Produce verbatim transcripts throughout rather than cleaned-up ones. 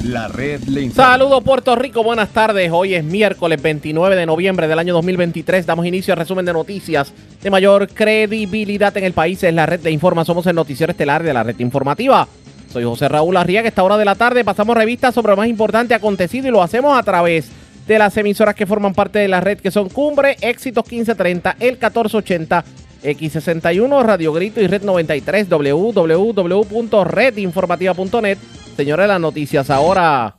La red le informa. Saludos Puerto Rico, buenas tardes. Hoy es miércoles veintinueve de noviembre del año dos mil veintitrés. Damos inicio al resumen de noticias de mayor credibilidad en el país. Es la red le informa. Somos el noticiero estelar de la red informativa. Soy José Raúl Arriaga. A esta hora de la tarde pasamos revistas sobre lo más importante acontecido y lo hacemos a través de las emisoras que forman parte de la red, que son Cumbre, Éxitos quince treinta, El catorce ochenta, X sesenta y uno, Radio Grito y Red noventa y tres, w w w punto red informativa punto net. Señores, las noticias ahora.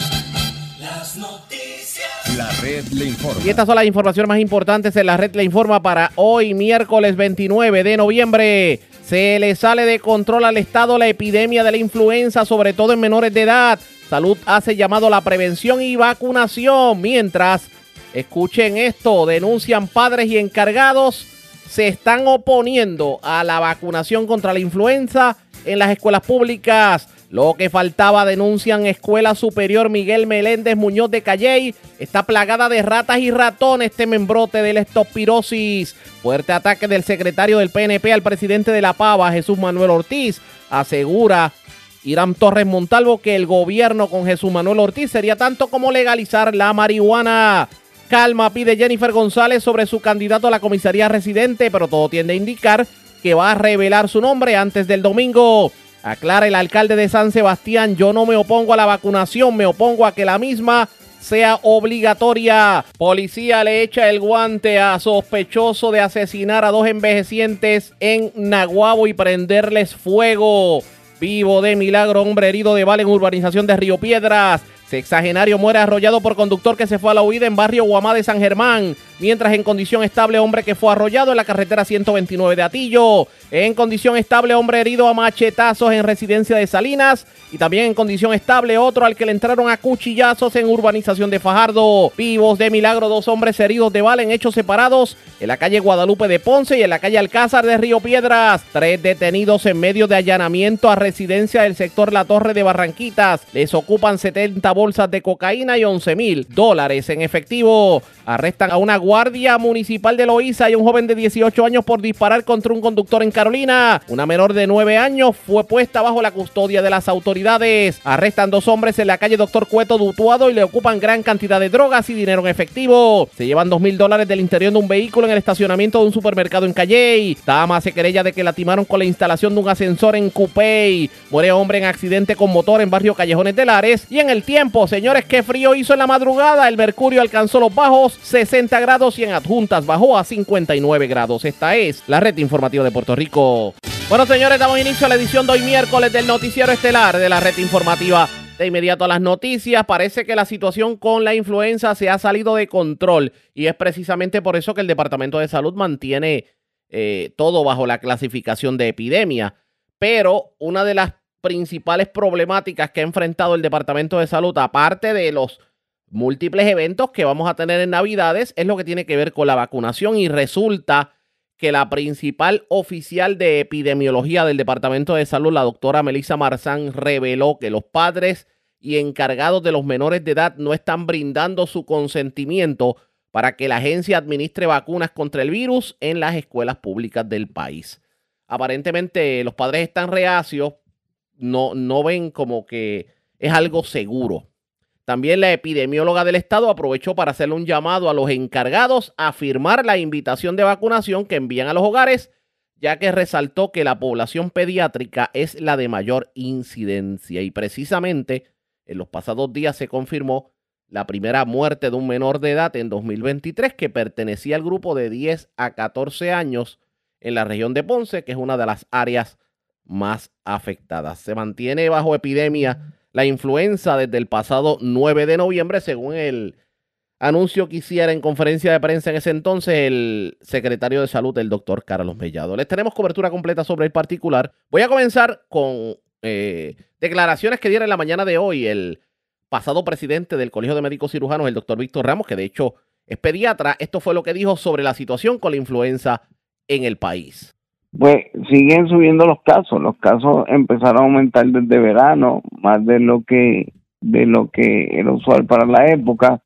Las noticias. La red le informa. Y estas son las informaciones más importantes en la red le informa para hoy, miércoles veintinueve de noviembre. Se le sale de control al Estado la epidemia de la influenza, sobre todo en menores de edad. Salud hace llamado a la prevención y vacunación. Mientras, escuchen esto, denuncian padres y encargados se están oponiendo a la vacunación contra la influenza en las escuelas públicas. Lo que faltaba, denuncian Escuela Superior Miguel Meléndez Muñoz de Calley. Está plagada de ratas y ratones, temen brote de leptospirosis. Fuerte ataque del secretario del P N P al presidente de la Pava, Jesús Manuel Ortiz. Asegura Irán Torres Montalvo que el gobierno con Jesús Manuel Ortiz sería tanto como legalizar la marihuana. Calma pide Jennifer González sobre su candidato a la comisaría residente, pero todo tiende a indicar que va a revelar su nombre antes del domingo. Aclara el alcalde de San Sebastián: yo no me opongo a la vacunación, me opongo a que la misma sea obligatoria. Policía le echa el guante a sospechoso de asesinar a dos envejecientes en Naguabo y prenderles fuego. Vivo de milagro, hombre herido de bala en urbanización de Río Piedras. Sexagenario muere arrollado por conductor que se fue a la huida en barrio Guamá de San Germán. Mientras, en condición estable, hombre que fue arrollado en la carretera ciento veintinueve de Atillo. En condición estable, hombre herido a machetazos en residencia de Salinas. Y también en condición estable, otro al que le entraron a cuchillazos en urbanización de Fajardo. Vivos de milagro, dos hombres heridos de bala en hechos separados en la calle Guadalupe de Ponce y en la calle Alcázar de Río Piedras. Tres detenidos en medio de allanamiento a residencia del sector La Torre de Barranquitas. Les ocupan setenta bolsas de cocaína y once mil dólares en efectivo. Arrestan a una guardia municipal de Loíza y a un joven de dieciocho años por disparar contra un conductor en Carolina. Una menor de nueve años fue puesta bajo la custodia de las autoridades. Arrestan dos hombres en la calle Doctor Cueto de Utuado y le ocupan gran cantidad de drogas y dinero en efectivo. Se llevan dos mil dólares del interior de un vehículo en el estacionamiento de un supermercado en Calley. Dama se querella de que la timaron con la instalación de un ascensor en Cupey. Muere hombre en accidente con motor en barrio Callejones de Lares. Y en el tiempo, señores, qué frío hizo en la madrugada. El mercurio alcanzó los bajos sesenta grados y en Adjuntas bajó a cincuenta y nueve grados. Esta es la red informativa de Puerto Rico. Bueno, señores, damos inicio a la edición de hoy miércoles del noticiero estelar de la red informativa. De inmediato a las noticias. Parece que la situación con la influenza se ha salido de control y es precisamente por eso que el Departamento de Salud mantiene eh, todo bajo la clasificación de epidemia. Pero una de las principales problemáticas que ha enfrentado el Departamento de Salud, aparte de los múltiples eventos que vamos a tener en Navidades, es lo que tiene que ver con la vacunación, y resulta que la principal oficial de epidemiología del Departamento de Salud, la doctora Melissa Marzán, reveló que los padres y encargados de los menores de edad no están brindando su consentimiento para que la agencia administre vacunas contra el virus en las escuelas públicas del país. Aparentemente los padres están reacios, no, no ven como que es algo seguro. También la epidemióloga del estado aprovechó para hacerle un llamado a los encargados a firmar la invitación de vacunación que envían a los hogares, ya que resaltó que la población pediátrica es la de mayor incidencia. Y precisamente en los pasados días se confirmó la primera muerte de un menor de edad en dos mil veintitrés que pertenecía al grupo de diez a catorce años en la región de Ponce, que es una de las áreas más afectadas. Se mantiene bajo epidemia la influenza desde el pasado nueve de noviembre, según el anuncio que hiciera en conferencia de prensa en ese entonces el secretario de Salud, el doctor Carlos Mellado. Les tenemos cobertura completa sobre el particular. Voy a comenzar con eh, declaraciones que diera en la mañana de hoy el pasado presidente del Colegio de Médicos Cirujanos, el doctor Víctor Ramos, que de hecho es pediatra. Esto fue lo que dijo sobre la situación con la influenza en el país. Pues siguen subiendo los casos, los casos empezaron a aumentar desde verano, más de lo que de lo que era usual para la época,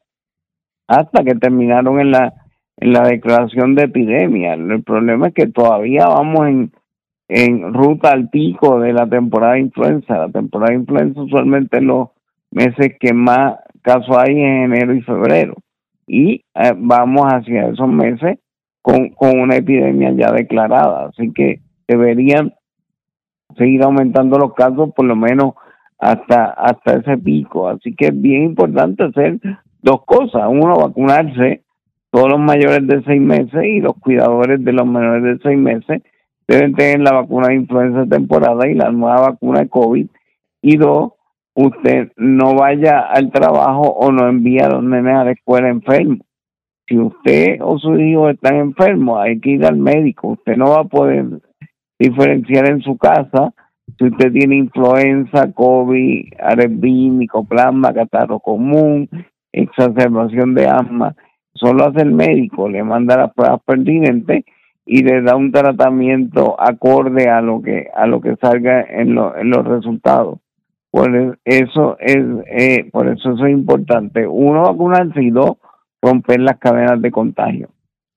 hasta que terminaron en la en la declaración de epidemia. El problema es que todavía vamos en, en ruta al pico de la temporada de influenza. La temporada de influenza usualmente los meses que más casos hay en enero y febrero. Y eh, vamos hacia esos meses con, con una epidemia ya declarada. Así que deberían seguir aumentando los casos por lo menos hasta, hasta ese pico. Así que es bien importante hacer dos cosas. Uno, vacunarse todos los mayores de seis meses y los cuidadores de los menores de seis meses deben tener la vacuna de influenza temporada y la nueva vacuna de COVID. Y dos, usted no vaya al trabajo o no envía a los nenes a la escuela enfermos. Si usted o sus hijos están enfermos, hay que ir al médico. Usted no va a poder diferenciar en su casa si usted tiene influenza, COVID, R S V, micoplasma, catarro común, exacerbación de asma. Solo hace el médico, le manda las pruebas pertinentes y le da un tratamiento acorde a lo que a lo que salga en, lo, en los resultados. Por eso es eh, por eso eso es importante. Uno, vacunarse, y dos, romper las cadenas de contagio.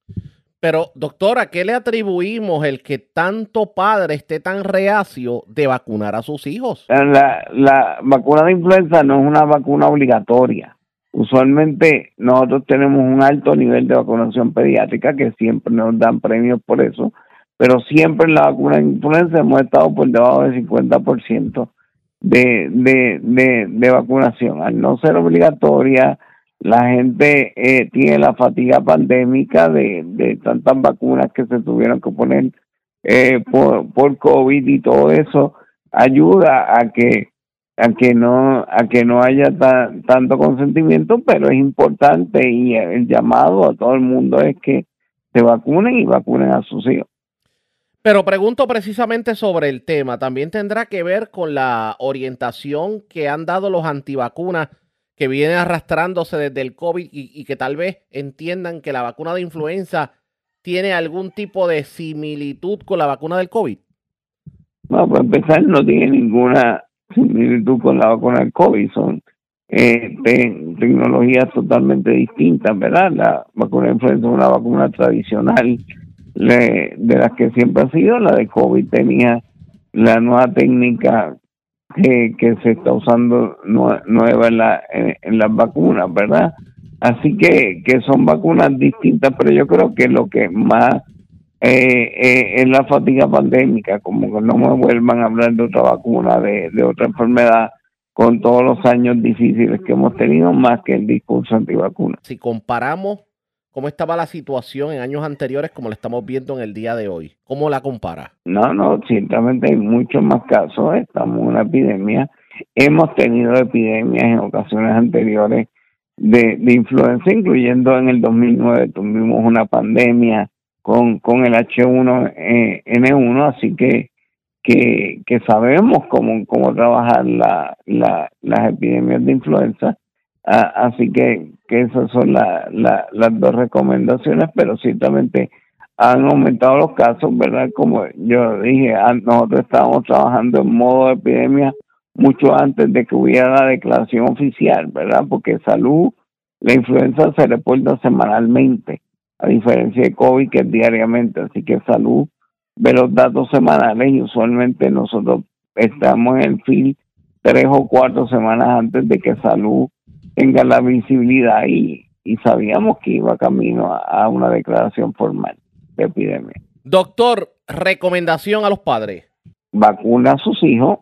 Pero, doctora, ¿a qué le atribuimos el que tanto padre esté tan reacio de vacunar a sus hijos? La, la vacuna de influenza no es una vacuna obligatoria. Usualmente nosotros tenemos un alto nivel de vacunación pediátrica, que siempre nos dan premios por eso, pero siempre en la vacuna de influenza hemos estado por debajo del cincuenta por ciento de, de, de, de vacunación. Al no ser obligatoria, la gente eh, tiene la fatiga pandémica de, de tantas vacunas que se tuvieron que poner eh, por, por COVID, y todo eso ayuda a que a que no a que no haya ta, tanto consentimiento, pero es importante, y el llamado a todo el mundo es que se vacunen y vacunen a sus hijos. Pero pregunto precisamente sobre el tema, ¿también tendrá que ver con la orientación que han dado los antivacunas que vienen arrastrándose desde el COVID y, y que tal vez entiendan que la vacuna de influenza tiene algún tipo de similitud con la vacuna del COVID? Bueno, para empezar, no tiene ninguna similitud con la vacuna del COVID. Son eh, te, tecnologías totalmente distintas, ¿verdad? La vacuna de influenza es una vacuna tradicional le, de las que siempre ha sido. La de COVID tenía la nueva técnica que, que se está usando nueva en, la, en, en las vacunas, ¿verdad? Así que, que son vacunas distintas, pero yo creo que lo que más eh, eh, es la fatiga pandémica, como que no me vuelvan a hablar de otra vacuna, de, de otra enfermedad, con todos los años difíciles que hemos tenido, más que el discurso antivacuna. Si comparamos cómo estaba la situación en años anteriores como la estamos viendo en el día de hoy, ¿cómo la compara? No, no, ciertamente hay muchos más casos, estamos en una epidemia, hemos tenido epidemias en ocasiones anteriores de, de influenza, incluyendo en el dos mil nueve tuvimos una pandemia con, con el H uno N uno, así que que, que sabemos cómo, cómo trabajar la, la, las epidemias de influenza. Ah, así que, que esas son la, la, las dos recomendaciones, pero ciertamente han aumentado los casos, ¿verdad? Como yo dije, nosotros estábamos trabajando en modo de epidemia mucho antes de que hubiera la declaración oficial, ¿verdad? Porque salud, la influenza se reporta semanalmente, a diferencia de COVID, que es diariamente. Así que salud ve los datos semanales y usualmente nosotros estamos en el field tres o cuatro semanas antes de que salud tenga la visibilidad, y, y sabíamos que iba camino a, a una declaración formal de epidemia. Doctor, recomendación a los padres. Vacuna a sus hijos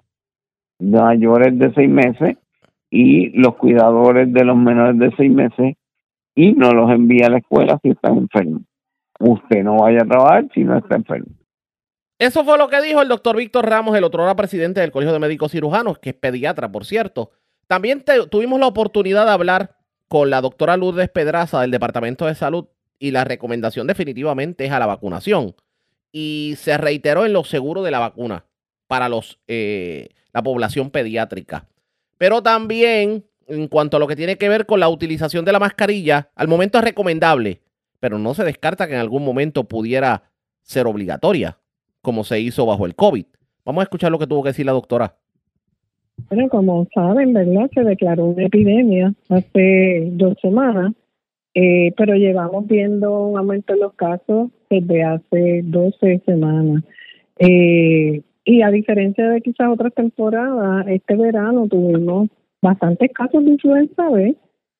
mayores de seis meses y los cuidadores de los menores de seis meses, y no los envía a la escuela si están enfermos. Usted no vaya a trabajar si no está enfermo. Eso fue lo que dijo el doctor Víctor Ramos, el otrora presidente del Colegio de Médicos Cirujanos, que es pediatra, por cierto. También te, tuvimos la oportunidad de hablar con la doctora Lourdes Pedraza del Departamento de Salud, y la recomendación definitivamente es a la vacunación. Y se reiteró en lo seguro de la vacuna para los eh, la población pediátrica. Pero también, en cuanto a lo que tiene que ver con la utilización de la mascarilla, al momento es recomendable, pero no se descarta que en algún momento pudiera ser obligatoria, como se hizo bajo el COVID. Vamos a escuchar lo que tuvo que decir la doctora. Bueno, como saben, ¿verdad? Se declaró una epidemia hace dos semanas, eh, pero llevamos viendo un aumento en los casos desde hace doce semanas. Eh, y a diferencia de quizás otras temporadas, este verano tuvimos bastantes casos de influenza B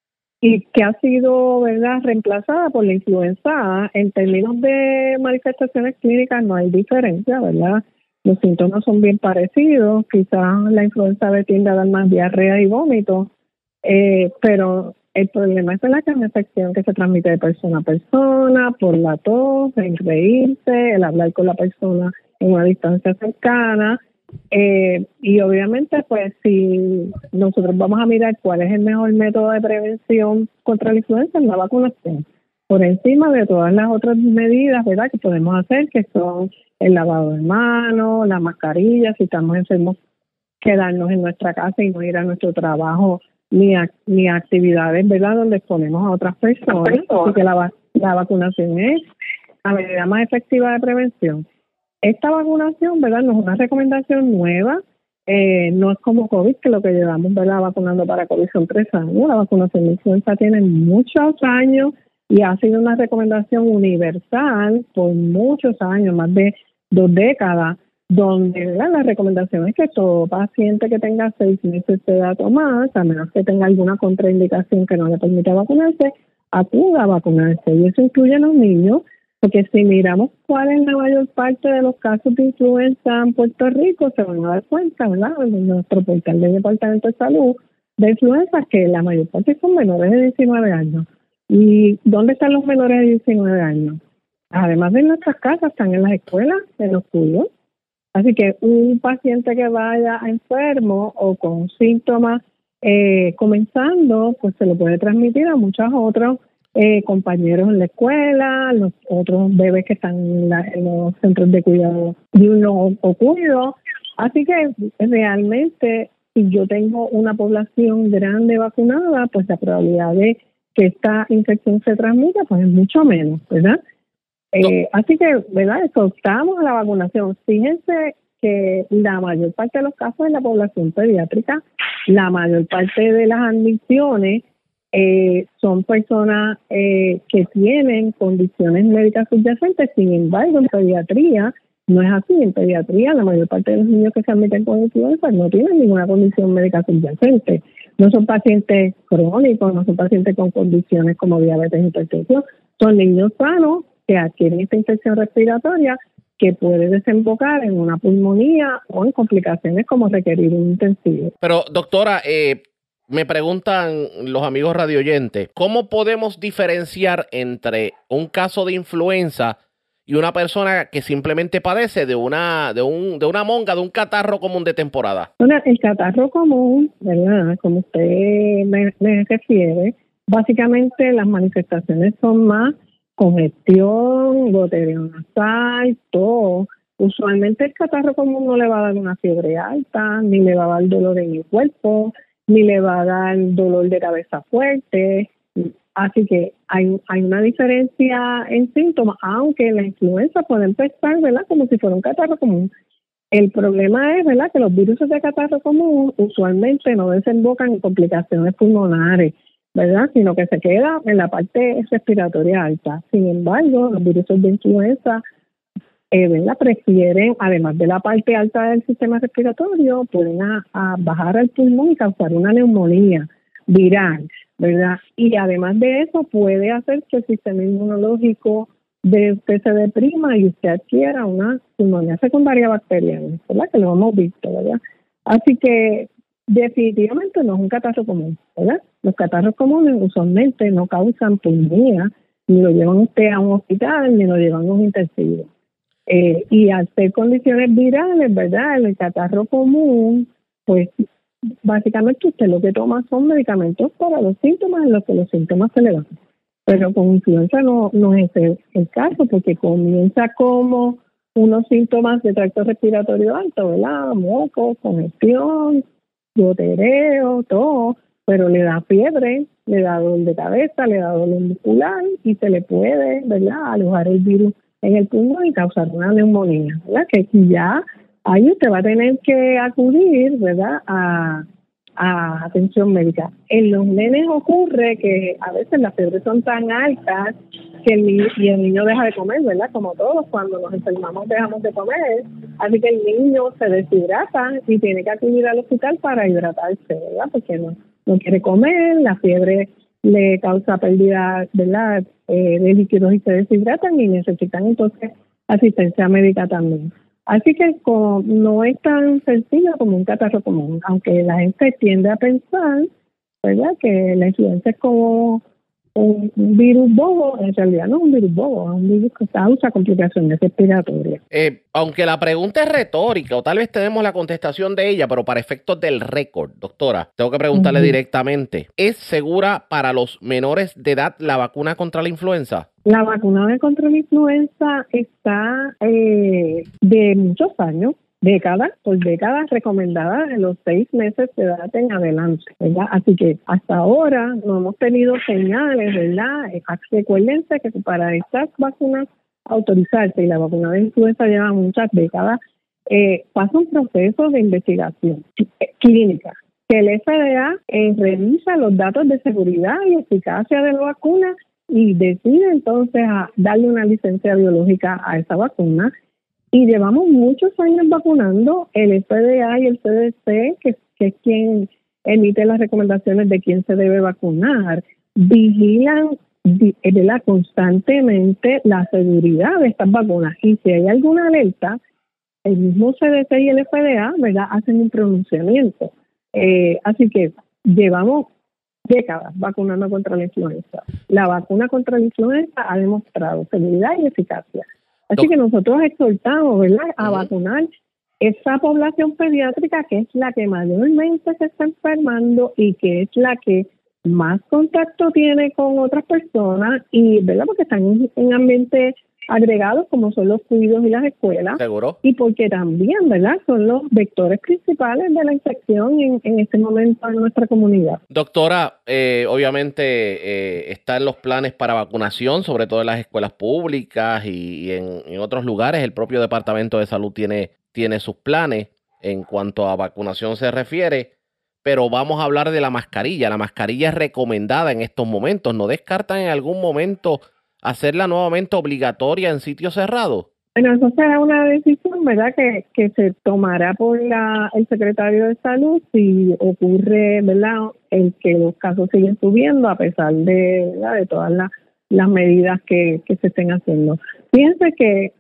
y que ha sido, ¿verdad?, reemplazada por la influenza A. En términos de manifestaciones clínicas no hay diferencia, ¿verdad? Los síntomas son bien parecidos, quizás la influenza B tiende a dar más diarrea y vómito, eh, pero el problema es, ¿verdad?, que es una infección que se transmite de persona a persona, por la tos, el reírse, el hablar con la persona en una distancia cercana, eh, y obviamente pues si nosotros vamos a mirar cuál es el mejor método de prevención contra la influenza, es la vacunación, por encima de todas las otras medidas, ¿verdad?, que podemos hacer, que son el lavado de manos, la mascarilla, si estamos enfermos, quedarnos en nuestra casa y no ir a nuestro trabajo ni a, ni a actividades, ¿verdad?, donde exponemos a otras personas. Así que la, la vacunación es la medida más efectiva de prevención. Esta vacunación, ¿verdad?, no es una recomendación nueva, eh, no es como COVID, que lo que llevamos, ¿verdad?, vacunando para COVID son tres años. La vacunación de influenza tiene muchos años y ha sido una recomendación universal por muchos años, más de dos décadas, donde, ¿verdad?, la recomendación es que todo paciente que tenga seis meses de edad o más, a menos que tenga alguna contraindicación que no le permita vacunarse, acuda a vacunarse. Y eso incluye a los niños, porque si miramos cuál es la mayor parte de los casos de influenza en Puerto Rico, se van a dar cuenta, ¿verdad?, en nuestro portal del Departamento de Salud de influenza, que la mayor parte son menores de diecinueve años. ¿Y dónde están los menores de diecinueve años? Además de en nuestras casas, están en las escuelas, en los estudios. Así que un paciente que vaya enfermo o con síntomas eh, comenzando, pues se lo puede transmitir a muchos otros eh, compañeros en la escuela, los otros bebés que están en, la, en los centros de cuidado diurno o, o cuido. Así que realmente, si yo tengo una población grande vacunada, pues la probabilidad de que esta infección se transmita pues es mucho menos, ¿verdad? Eh, así que, ¿verdad?, exhortamos a la vacunación. Fíjense que la mayor parte de los casos en la población pediátrica, la mayor parte de las admisiones eh, son personas eh, que tienen condiciones médicas subyacentes. Sin embargo, en pediatría no es así. En pediatría, la mayor parte de los niños que se admiten con influenza no tienen ninguna condición médica subyacente. No son pacientes crónicos, no son pacientes con condiciones como diabetes, hipertensión. Son niños sanos que adquieren esta infección respiratoria que puede desembocar en una pulmonía o en complicaciones como requerir un intensivo. Pero, doctora, eh, me preguntan los amigos radioyentes, ¿cómo podemos diferenciar entre un caso de influenza y una persona que simplemente padece de una de un de una monga, de un catarro común de temporada? Bueno, el catarro común, ¿verdad?, como usted me, me refiere, básicamente las manifestaciones son más congestión, goteo nasal, tos. Usualmente el catarro común no le va a dar una fiebre alta, ni le va a dar dolor en el cuerpo, ni le va a dar dolor de cabeza fuerte. Así que hay, hay una diferencia en síntomas, aunque la influenza puede empezar, ¿verdad?, como si fuera un catarro común. El problema es, ¿verdad?, que los virus de catarro común usualmente no desembocan en complicaciones pulmonares, ¿verdad?, sino que se queda en la parte respiratoria alta. Sin embargo, los virus de influenza eh, ¿verdad?, prefieren, además de la parte alta del sistema respiratorio, pueden a, a bajar al pulmón y causar una neumonía viral, ¿verdad? Y además de eso puede hacer que el sistema inmunológico de usted se deprima y usted adquiera una pulmonía secundaria bacteriana, ¿verdad?, que lo hemos visto, ¿verdad? Así que definitivamente no es un catarro común, ¿verdad? Los catarros comunes usualmente no causan pulmonía, ni lo llevan usted a un hospital, ni lo llevan a un intensivo. Eh, y al ser condiciones virales, ¿verdad?, el catarro común, pues básicamente usted lo que toma son medicamentos para los síntomas en los que los síntomas se le van. Pero con influenza no, no es el, el caso, porque comienza como unos síntomas de tracto respiratorio alto, ¿verdad?, moco, congestión, gotereo, todo, pero le da fiebre, le da dolor de cabeza, le da dolor muscular y se le puede, ¿verdad?, alojar el virus en el pulmón y causar una neumonía, ¿verdad? Que ya ahí usted va a tener que acudir, ¿verdad?, a, a atención médica. En los nenes ocurre que a veces las fiebres son tan altas que el niño, y el niño deja de comer, ¿verdad? Como todos, cuando nos enfermamos dejamos de comer, así que el niño se deshidrata y tiene que acudir al hospital para hidratarse, ¿verdad? Porque no, no quiere comer, la fiebre le causa pérdida, ¿verdad?, eh, de líquidos y se deshidratan y necesitan entonces asistencia médica también. Así que como, no es tan sencillo como un catarro común, aunque la gente tiende a pensar, ¿verdad?, que la influenza es como un, un virus bobo. En realidad no es un virus bobo, es un virus que causa complicaciones respiratorias. Eh, aunque la pregunta es retórica, o tal vez tenemos la contestación de ella, pero para efectos del récord, doctora, tengo que preguntarle uh-huh. directamente, ¿es segura para los menores de edad la vacuna contra la influenza? La vacuna de contra la influenza está eh, de muchos años, décadas, por décadas, recomendada de los seis meses de edad en adelante, ¿verdad? Así que hasta ahora no hemos tenido señales, ¿verdad? Recuérdense que para estas vacunas autorizarse, y la vacuna de influenza lleva muchas décadas, eh, pasa un proceso de investigación clínica, que el F D A eh, revisa los datos de seguridad y eficacia de la vacuna y decide entonces a darle una licencia biológica a esa vacuna. Y llevamos muchos años vacunando. El F D A y el C D C, que, que es quien emite las recomendaciones de quién se debe vacunar, vigilan ¿verdad?, constantemente la seguridad de estas vacunas. Y si hay alguna alerta, el mismo C D C y el F D A, ¿verdad?, hacen un pronunciamiento. Eh, así que llevamos décadas vacunando contra la influenza. La vacuna contra la influenza ha demostrado seguridad y eficacia. Así que nosotros exhortamos, ¿verdad?, a vacunar esa población pediátrica que es la que mayormente se está enfermando y que es la que más contacto tiene con otras personas y, ¿verdad?, porque están en, en ambientes agregados como son los cuidados y las escuelas. ¿Seguro? Y porque también, ¿verdad?, son los vectores principales de la infección en, en este momento en nuestra comunidad. Doctora, eh, obviamente eh, están los planes para vacunación, sobre todo en las escuelas públicas y, y en, en otros lugares. El propio Departamento de Salud tiene, tiene sus planes en cuanto a vacunación se refiere. Pero vamos a hablar de la mascarilla. La mascarilla es recomendada en estos momentos. ¿No descartan en algún momento hacerla nuevamente obligatoria en sitios cerrados? Bueno, eso será una decisión, ¿verdad?, que, que se tomará por la, el secretario de Salud si ocurre, ¿verdad?, el que los casos siguen subiendo a pesar de, ¿verdad?, de todas las, las medidas que, que se estén haciendo. Fíjense que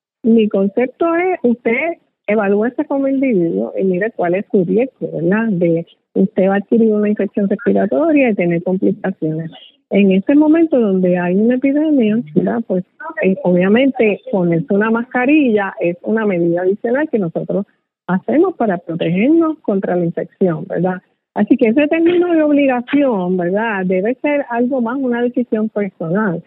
mi concepto es, usted evalúese como individuo y mire cuál es su riesgo, ¿verdad?, de usted va a adquirir una infección respiratoria y tener complicaciones. En este momento donde hay una epidemia, ¿verdad?, pues eh, obviamente ponerse una mascarilla es una medida adicional que nosotros hacemos para protegernos contra la infección, ¿verdad? Así que ese término de obligación, ¿verdad?, debe ser algo más una decisión personal.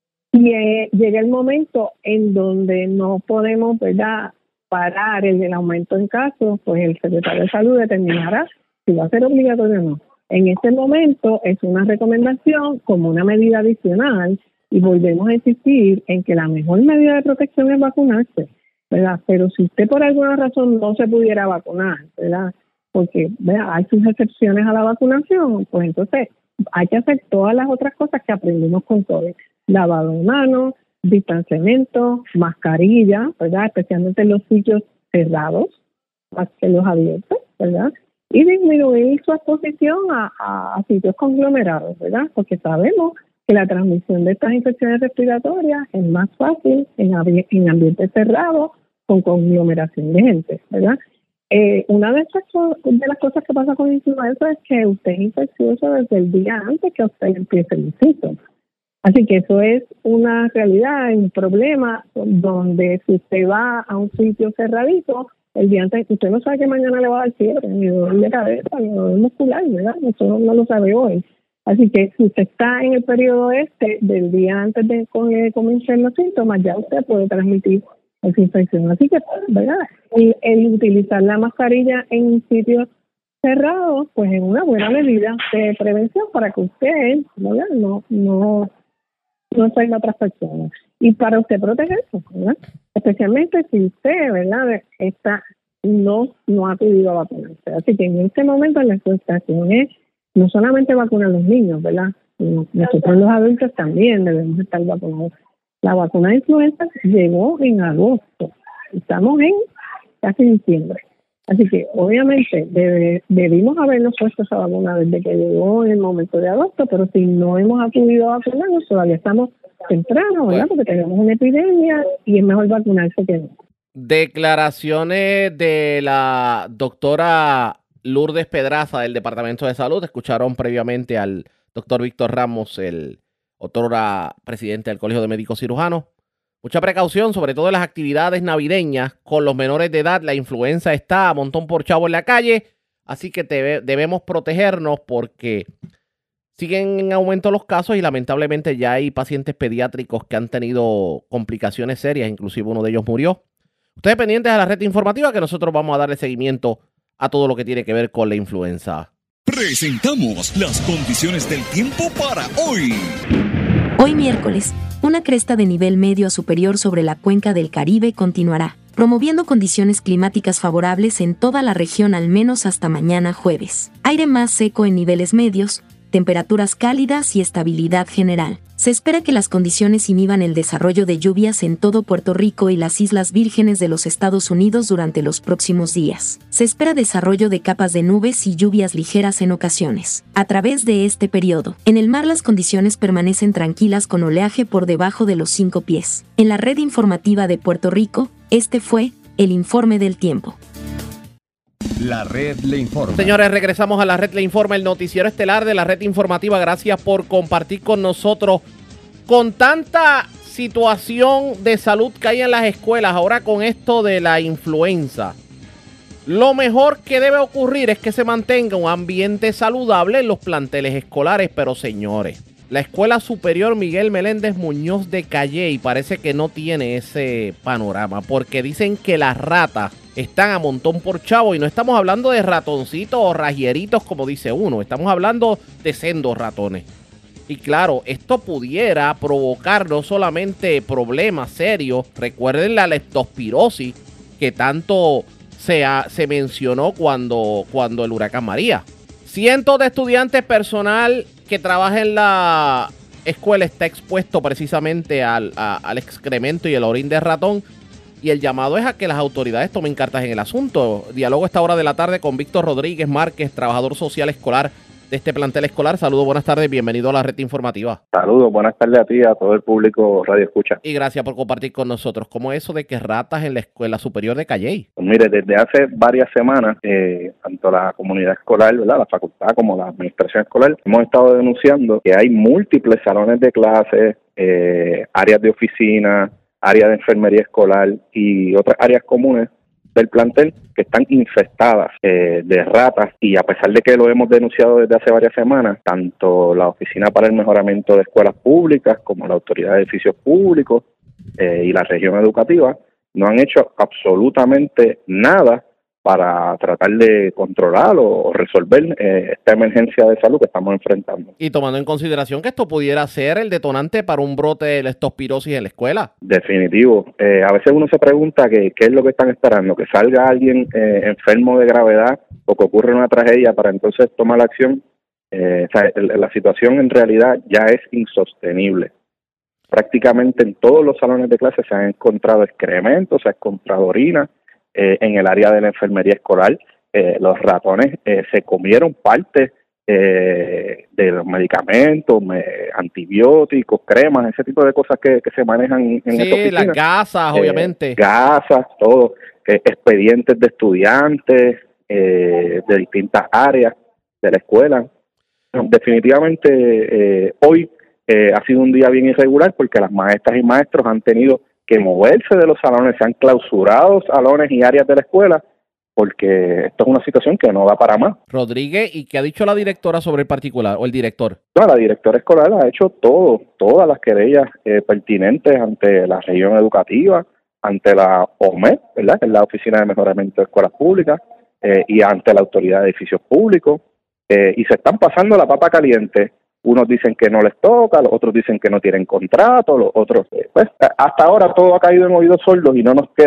Y eh, llega el momento en donde no podemos, ¿verdad?, parar el, el aumento en casos, pues el secretario de Salud determinará si va a ser obligatorio o no. En este momento es una recomendación como una medida adicional y volvemos a insistir en que la mejor medida de protección es vacunarse, ¿verdad? Pero si usted por alguna razón no se pudiera vacunar, ¿verdad?, porque ¿verdad?, hay sus excepciones a la vacunación, pues entonces hay que hacer todas las otras cosas que aprendimos con COVID. Lavado de manos, distanciamiento, mascarilla, ¿verdad?, especialmente en los sitios cerrados, más que los abiertos, ¿verdad?, y disminuir su exposición a, a, a sitios conglomerados, ¿verdad?, porque sabemos que la transmisión de estas infecciones respiratorias es más fácil en, en ambientes cerrados con conglomeración de gente, ¿verdad? Eh, una de, estas, de las cosas que pasa con influenza es que usted es infeccioso desde el día antes que usted empiece el síntomas. Así que eso es una realidad, un problema donde si usted va a un sitio cerradito, el día antes, usted no sabe que mañana le va a dar fiebre, ni dolor de cabeza, ni dolor muscular, ¿verdad? Eso no, no lo sabe hoy. Así que si usted está en el periodo este, del día antes de que comiencen los síntomas, ya usted puede transmitir esa infección. Así que, ¿verdad?, el, el utilizar la mascarilla en sitios cerrados, pues es una buena medida de prevención para que usted, ¿verdad?, no, no, no salga a otras personas. Y para usted protegerse, ¿verdad?, especialmente si usted, ¿verdad?, está, no, no ha acudido a vacunarse. Así que en este momento la exhortación es no solamente vacunar a los niños, ¿verdad?, nosotros los adultos también debemos estar vacunados. La vacuna de influenza llegó en agosto, estamos en casi diciembre. Así que obviamente debe, debimos habernos puesto esa vacuna desde que llegó en el momento de agosto, pero si no hemos acudido a vacunarnos, todavía estamos temprano, ¿verdad? Porque tenemos una epidemia y es mejor vacunarse que no. Declaraciones de la doctora Lourdes Pedraza del Departamento de Salud. Escucharon previamente al doctor Víctor Ramos, el otrora presidente del Colegio de Médicos Cirujanos. Mucha precaución, sobre todo en las actividades navideñas con los menores de edad. La influenza está a montón por chavo en la calle, así que debe, debemos protegernos porque siguen en aumento los casos y lamentablemente ya hay pacientes pediátricos que han tenido complicaciones serias, inclusive uno de ellos murió. Ustedes pendientes a la red informativa que nosotros vamos a darle seguimiento a todo lo que tiene que ver con la influenza. Presentamos las condiciones del tiempo para hoy. Hoy miércoles, una cresta de nivel medio a superior sobre la cuenca del Caribe continuará, promoviendo condiciones climáticas favorables en toda la región al menos hasta mañana jueves. Aire más seco en niveles medios, temperaturas cálidas y estabilidad general. Se espera que las condiciones inhiban el desarrollo de lluvias en todo Puerto Rico y las Islas Vírgenes de los Estados Unidos durante los próximos días. Se espera desarrollo de capas de nubes y lluvias ligeras en ocasiones. A través de este periodo, en el mar las condiciones permanecen tranquilas con oleaje por debajo de los cinco pies. En la red informativa de Puerto Rico, este fue el informe del tiempo. La red le informa. Señores, regresamos a la red le informa, el noticiero estelar de la red informativa. Gracias por compartir con nosotros. Con tanta situación de salud que hay en las escuelas, ahora con esto de la influenza, lo mejor que debe ocurrir es que se mantenga un ambiente saludable en los planteles escolares. Pero señores, la Escuela Superior Miguel Meléndez Muñoz de Calley parece que no tiene ese panorama, porque dicen que las ratas están a montón por chavo, y no estamos hablando de ratoncitos o rajieritos como dice uno, estamos hablando de sendos ratones. Y claro, esto pudiera provocar no solamente problemas serios, recuerden la leptospirosis que tanto se, ha, se mencionó cuando, cuando el huracán María. Cientos de estudiantes, personal que trabaja en la escuela está expuesto precisamente al, a, al excremento y el orín de ratón. Y el llamado es a que las autoridades tomen cartas en el asunto. Diálogo a esta hora de la tarde con Víctor Rodríguez Márquez, trabajador social escolar de este plantel escolar. Saludos, buenas tardes, bienvenido a la red informativa. Saludos, buenas tardes a ti y a todo el público Radio Escucha. Y gracias por compartir con nosotros. ¿Cómo es eso de que ratas en la Escuela Superior de Calley? Pues mire, desde hace varias semanas, eh, tanto la comunidad escolar, ¿verdad?, la facultad como la administración escolar, hemos estado denunciando que hay múltiples salones de clases, eh, áreas de oficina, área de enfermería escolar y otras áreas comunes del plantel que están infestadas eh, de ratas, y a pesar de que lo hemos denunciado desde hace varias semanas, tanto la Oficina para el Mejoramiento de Escuelas Públicas como la Autoridad de Edificios Públicos eh, y la región educativa no han hecho absolutamente nada para tratar de controlar o resolver eh, esta emergencia de salud que estamos enfrentando. Y tomando en consideración que esto pudiera ser el detonante para un brote de leptospirosis en la escuela. Definitivo. Eh, a veces uno se pregunta que, qué es lo que están esperando, que salga alguien eh, enfermo de gravedad o que ocurra una tragedia para entonces tomar la acción. Eh, o sea, el, la situación en realidad ya es insostenible. Prácticamente en todos los salones de clase se han encontrado excrementos, se ha encontrado orina. Eh, en el área de la enfermería escolar, eh, los ratones eh, se comieron parte eh, de los medicamentos, me, antibióticos, cremas, ese tipo de cosas que, que se manejan en sí, esta oficina. Sí, las gasas, eh, obviamente. Gasas, todo, eh, expedientes de estudiantes eh, de distintas áreas de la escuela. Definitivamente eh, hoy eh, ha sido un día bien irregular porque las maestras y maestros han tenido que moverse de los salones, se han clausurado salones y áreas de la escuela, porque esto es una situación que no da para más. Rodríguez, ¿y qué ha dicho la directora sobre el particular o el director? No, la directora escolar ha hecho todo, todas las querellas eh, pertinentes ante la región educativa, ante la O M E, ¿verdad?, que es la Oficina de Mejoramiento de Escuelas Públicas, eh, y ante la Autoridad de Edificios Públicos, eh, y se están pasando la papa caliente. Unos dicen que no les toca, los otros dicen que no tienen contrato, los otros... Pues hasta ahora todo ha caído en oídos sordos y no nos queda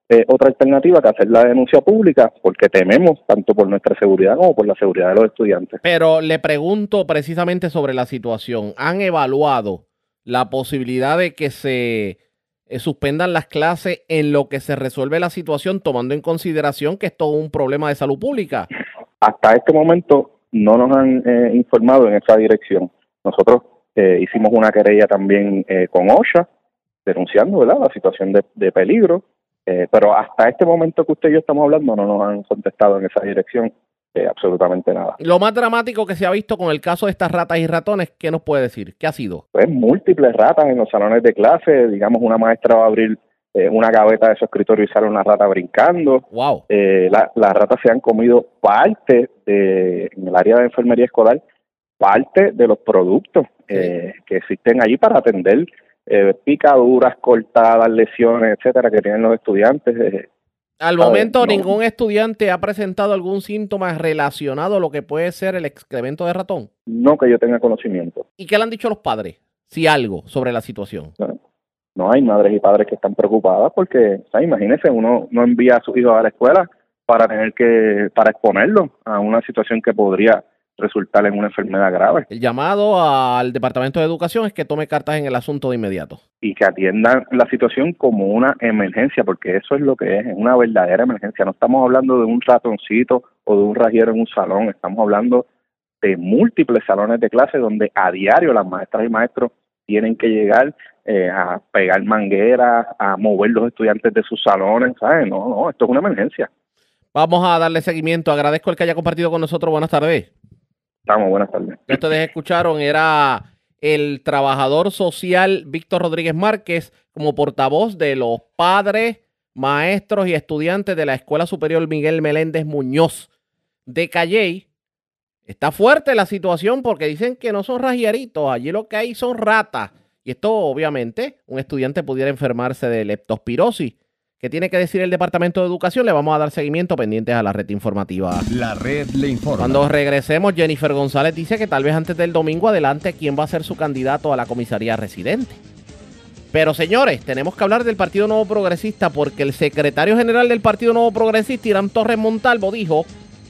eh, otra alternativa que hacer la denuncia pública, porque tememos tanto por nuestra seguridad como por la seguridad de los estudiantes. Pero le pregunto precisamente sobre la situación. ¿Han evaluado la posibilidad de que se eh, suspendan las clases en lo que se resuelve la situación, tomando en consideración que esto es un problema de salud pública? Hasta este momento no nos han eh, informado en esa dirección. Nosotros eh, hicimos una querella también eh, con OSHA, denunciando, ¿verdad?, la situación de, de peligro, eh, pero hasta este momento que usted y yo estamos hablando no nos han contestado en esa dirección eh, absolutamente nada. Lo más dramático que se ha visto con el caso de estas ratas y ratones, ¿qué nos puede decir? ¿Qué ha sido? Pues múltiples ratas en los salones de clase. Digamos, una maestra va a abrir eh, una gaveta de su escritorio y sale una rata brincando. Wow. Eh, la, las ratas se han comido parte de, en el área de enfermería escolar, parte de los productos eh, que existen allí para atender eh, picaduras, cortadas, lesiones, etcétera, que tienen los estudiantes. Eh, Al momento, no. ningún estudiante ha presentado algún síntoma relacionado a lo que puede ser el excremento de ratón. No que yo tenga conocimiento. ¿Y qué le han dicho los padres? Si algo sobre la situación. No, no hay madres y padres que están preocupadas porque, o sea, imagínense, uno no envía a sus hijos a la escuela para tener que, para exponerlos a una situación que podría resultar en una enfermedad grave. El llamado al Departamento de Educación es que tome cartas en el asunto de inmediato. Y que atiendan la situación como una emergencia, porque eso es lo que es, es una verdadera emergencia. No estamos hablando de un ratoncito o de un rajero en un salón, estamos hablando de múltiples salones de clase donde a diario las maestras y maestros tienen que llegar eh, a pegar mangueras, a mover los estudiantes de sus salones, ¿sabes? No, no, esto es una emergencia. Vamos a darle seguimiento. Agradezco el que haya compartido con nosotros. Buenas tardes. Estamos, buenas tardes. Lo que ustedes escucharon era el trabajador social Víctor Rodríguez Márquez como portavoz de los padres, maestros y estudiantes de la Escuela Superior Miguel Meléndez Muñoz de Calley. Está fuerte la situación porque dicen que no son rajiaritos, allí lo que hay son ratas. Y esto, obviamente, un estudiante pudiera enfermarse de leptospirosis. ¿Qué tiene que decir el Departamento de Educación? Le vamos a dar seguimiento pendientes a la red informativa. La red le informa. Cuando regresemos, Jennifer González dice que tal vez antes del domingo adelante quién va a ser su candidato a la comisaría residente. Pero señores, tenemos que hablar del Partido Nuevo Progresista porque el secretario general del Partido Nuevo Progresista, Irán Torres Montalvo, dijo,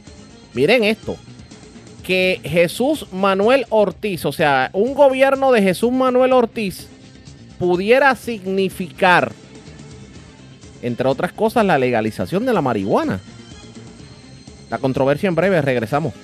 miren esto, que Jesús Manuel Ortiz, o sea, un gobierno de Jesús Manuel Ortiz pudiera significar, entre otras cosas, la legalización de la marihuana. La controversia en breve, regresamos.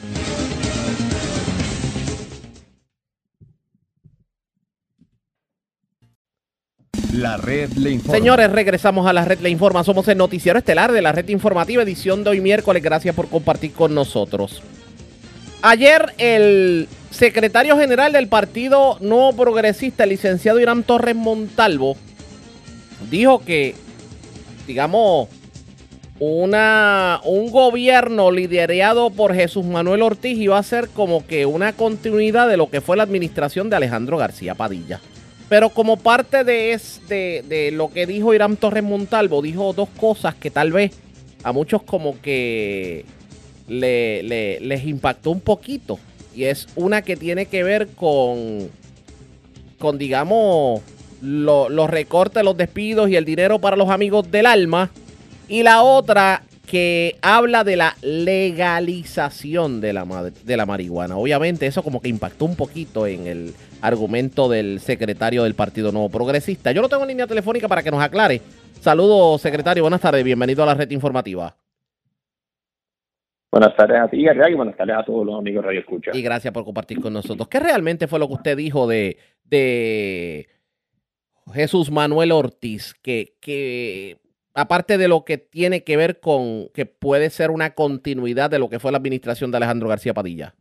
La red le informa. Señores, regresamos a la red le informa. Somos el noticiero estelar de la red informativa, edición de hoy miércoles. Gracias por compartir con nosotros. Ayer el secretario general del Partido Nuevo Progresista, el licenciado Irán Torres Montalvo, dijo que, digamos, una, un gobierno liderado por Jesús Manuel Ortiz iba a ser como que una continuidad de lo que fue la administración de Alejandro García Padilla. Pero como parte de, es, de, de lo que dijo Irán Torres Montalvo, dijo dos cosas que tal vez a muchos como que le, le, les impactó un poquito. Y es una que tiene que ver con, con digamos, lo, los recortes, los despidos y el dinero para los amigos del alma. Y la otra que habla de la legalización de la, de la marihuana. Obviamente eso como que impactó un poquito en el argumento del secretario del Partido Nuevo Progresista. Yo lo tengo en línea telefónica para que nos aclare. Saludos, secretario. Buenas tardes. Bienvenido a la red informativa. Buenas tardes a ti, y buenas tardes a todos los amigos Radio Escucha. Y gracias por compartir con nosotros. ¿Qué realmente fue lo que usted dijo de, de Jesús Manuel Ortiz? Que, que aparte de lo que tiene que ver con que puede ser una continuidad de lo que fue la administración de Alejandro García Padilla.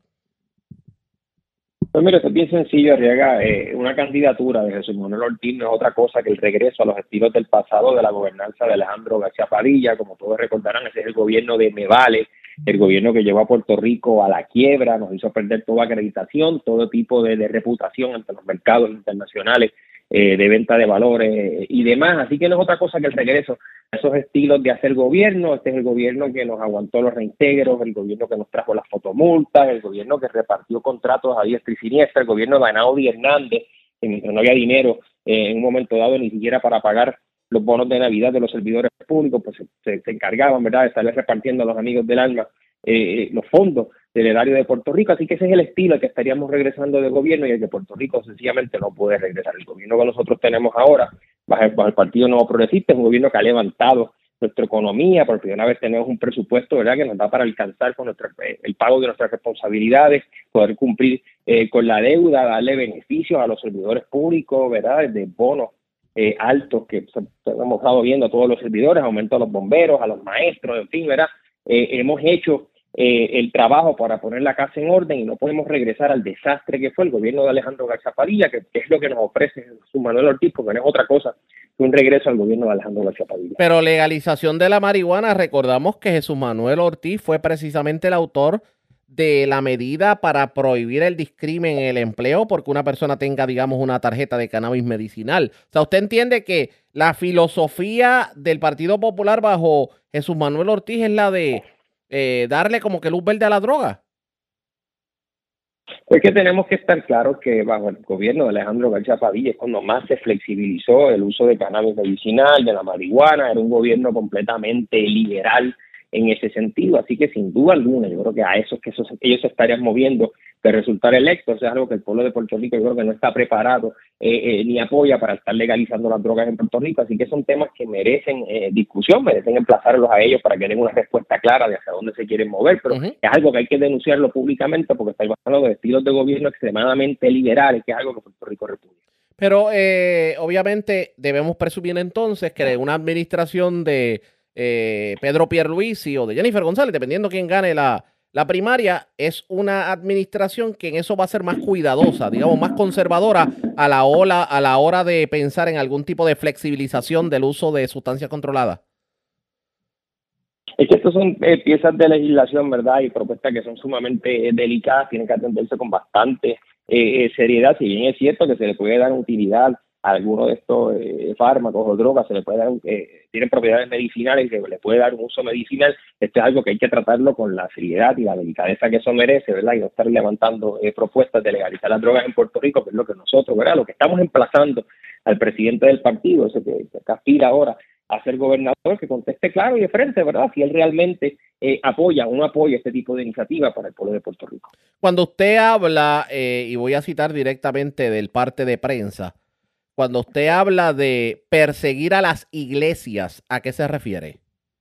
Pues mire, esto es bien sencillo, Arriaga. Eh, una candidatura de Jesús Manuel Ortiz no es otra cosa que el regreso a los estilos del pasado de la gobernanza de Alejandro García Padilla. Como todos recordarán, ese es el gobierno de Me Vale, el gobierno que llevó a Puerto Rico a la quiebra, nos hizo perder toda acreditación, todo tipo de, de reputación ante los mercados internacionales eh, de venta de valores eh, y demás. Así que no es otra cosa que el regreso a esos estilos de hacer gobierno. Este es el gobierno que nos aguantó los reintegros, el gobierno que nos trajo las fotomultas, el gobierno que repartió contratos a diestra y siniestra, el gobierno de Anaudi Hernández, que mientras no había dinero eh, en un momento dado ni siquiera para pagar los bonos de Navidad de los servidores públicos, pues se, se, se encargaban, ¿verdad?, de estarles repartiendo a los amigos del alma eh, los fondos del erario de Puerto Rico. Así que ese es el estilo al que estaríamos regresando de gobierno y el que Puerto Rico sencillamente no puede regresar. El gobierno que nosotros tenemos ahora, bajo el, bajo el Partido Nuevo Progresista, es un gobierno que ha levantado nuestra economía. Por primera vez tenemos un presupuesto, ¿verdad?, que nos da para alcanzar con nuestra, el pago de nuestras responsabilidades, poder cumplir eh, con la deuda, darle beneficios a los servidores públicos, ¿verdad?, de bonos eh, altos que hemos estado viendo a todos los servidores, aumento a los bomberos, a los maestros, en fin, ¿verdad? Eh, hemos hecho eh, el trabajo para poner la casa en orden y no podemos regresar al desastre que fue el gobierno de Alejandro García Padilla, que, que es lo que nos ofrece Jesús Manuel Ortiz, porque no es otra cosa que un regreso al gobierno de Alejandro García Padilla. Pero legalización de la marihuana, recordamos que Jesús Manuel Ortiz fue precisamente el autor de la medida para prohibir el discrimen en el empleo porque una persona tenga, digamos, una tarjeta de cannabis medicinal. O sea, ¿usted entiende que la filosofía del Partido Popular bajo Jesús Manuel Ortiz es la de eh, darle como que luz verde a la droga? Pues que tenemos que estar claros que bajo el gobierno de Alejandro García Padilla es cuando más se flexibilizó el uso de cannabis medicinal, de la marihuana. Era un gobierno completamente liberal en ese sentido, así que sin duda alguna yo creo que a eso es que esos, ellos se estarían moviendo de resultar electos. Eso es algo que el pueblo de Puerto Rico yo creo que no está preparado eh, eh, ni apoya para estar legalizando las drogas en Puerto Rico, así que son temas que merecen eh, discusión, merecen emplazarlos a ellos para que den una respuesta clara de hacia dónde se quieren mover, pero uh-huh. es algo que hay que denunciarlo públicamente porque está hablando de estilos de gobierno extremadamente liberales, que es algo que Puerto Rico repudia. Pero eh, obviamente debemos presumir entonces que una administración de Eh, Pedro Pierluisi o de Jennifer González, dependiendo quién gane la, la primaria, es una administración que en eso va a ser más cuidadosa, digamos, más conservadora a la, ola, a la hora de pensar en algún tipo de flexibilización del uso de sustancias controladas. Es que estos son eh, piezas de legislación, ¿verdad? Y propuestas que son sumamente eh, delicadas, tienen que atenderse con bastante eh, seriedad. Si bien es cierto que se le puede dar utilidad a alguno de estos eh, fármacos o drogas, se le puede dar, eh, tienen propiedades medicinales, que le puede dar un uso medicinal. Esto es algo que hay que tratarlo con la seriedad y la delicadeza que eso merece, ¿verdad? Y no estar levantando eh, propuestas de legalizar las drogas en Puerto Rico, que es lo que nosotros, ¿verdad? Lo que estamos emplazando al presidente del partido, ese que, que aspira ahora a ser gobernador, que conteste claro y de frente, ¿verdad? Si él realmente eh, apoya o no apoya este tipo de iniciativa para el pueblo de Puerto Rico. Cuando usted habla, eh, y voy a citar directamente del parte de prensa, cuando usted habla de perseguir a las iglesias, ¿a qué se refiere?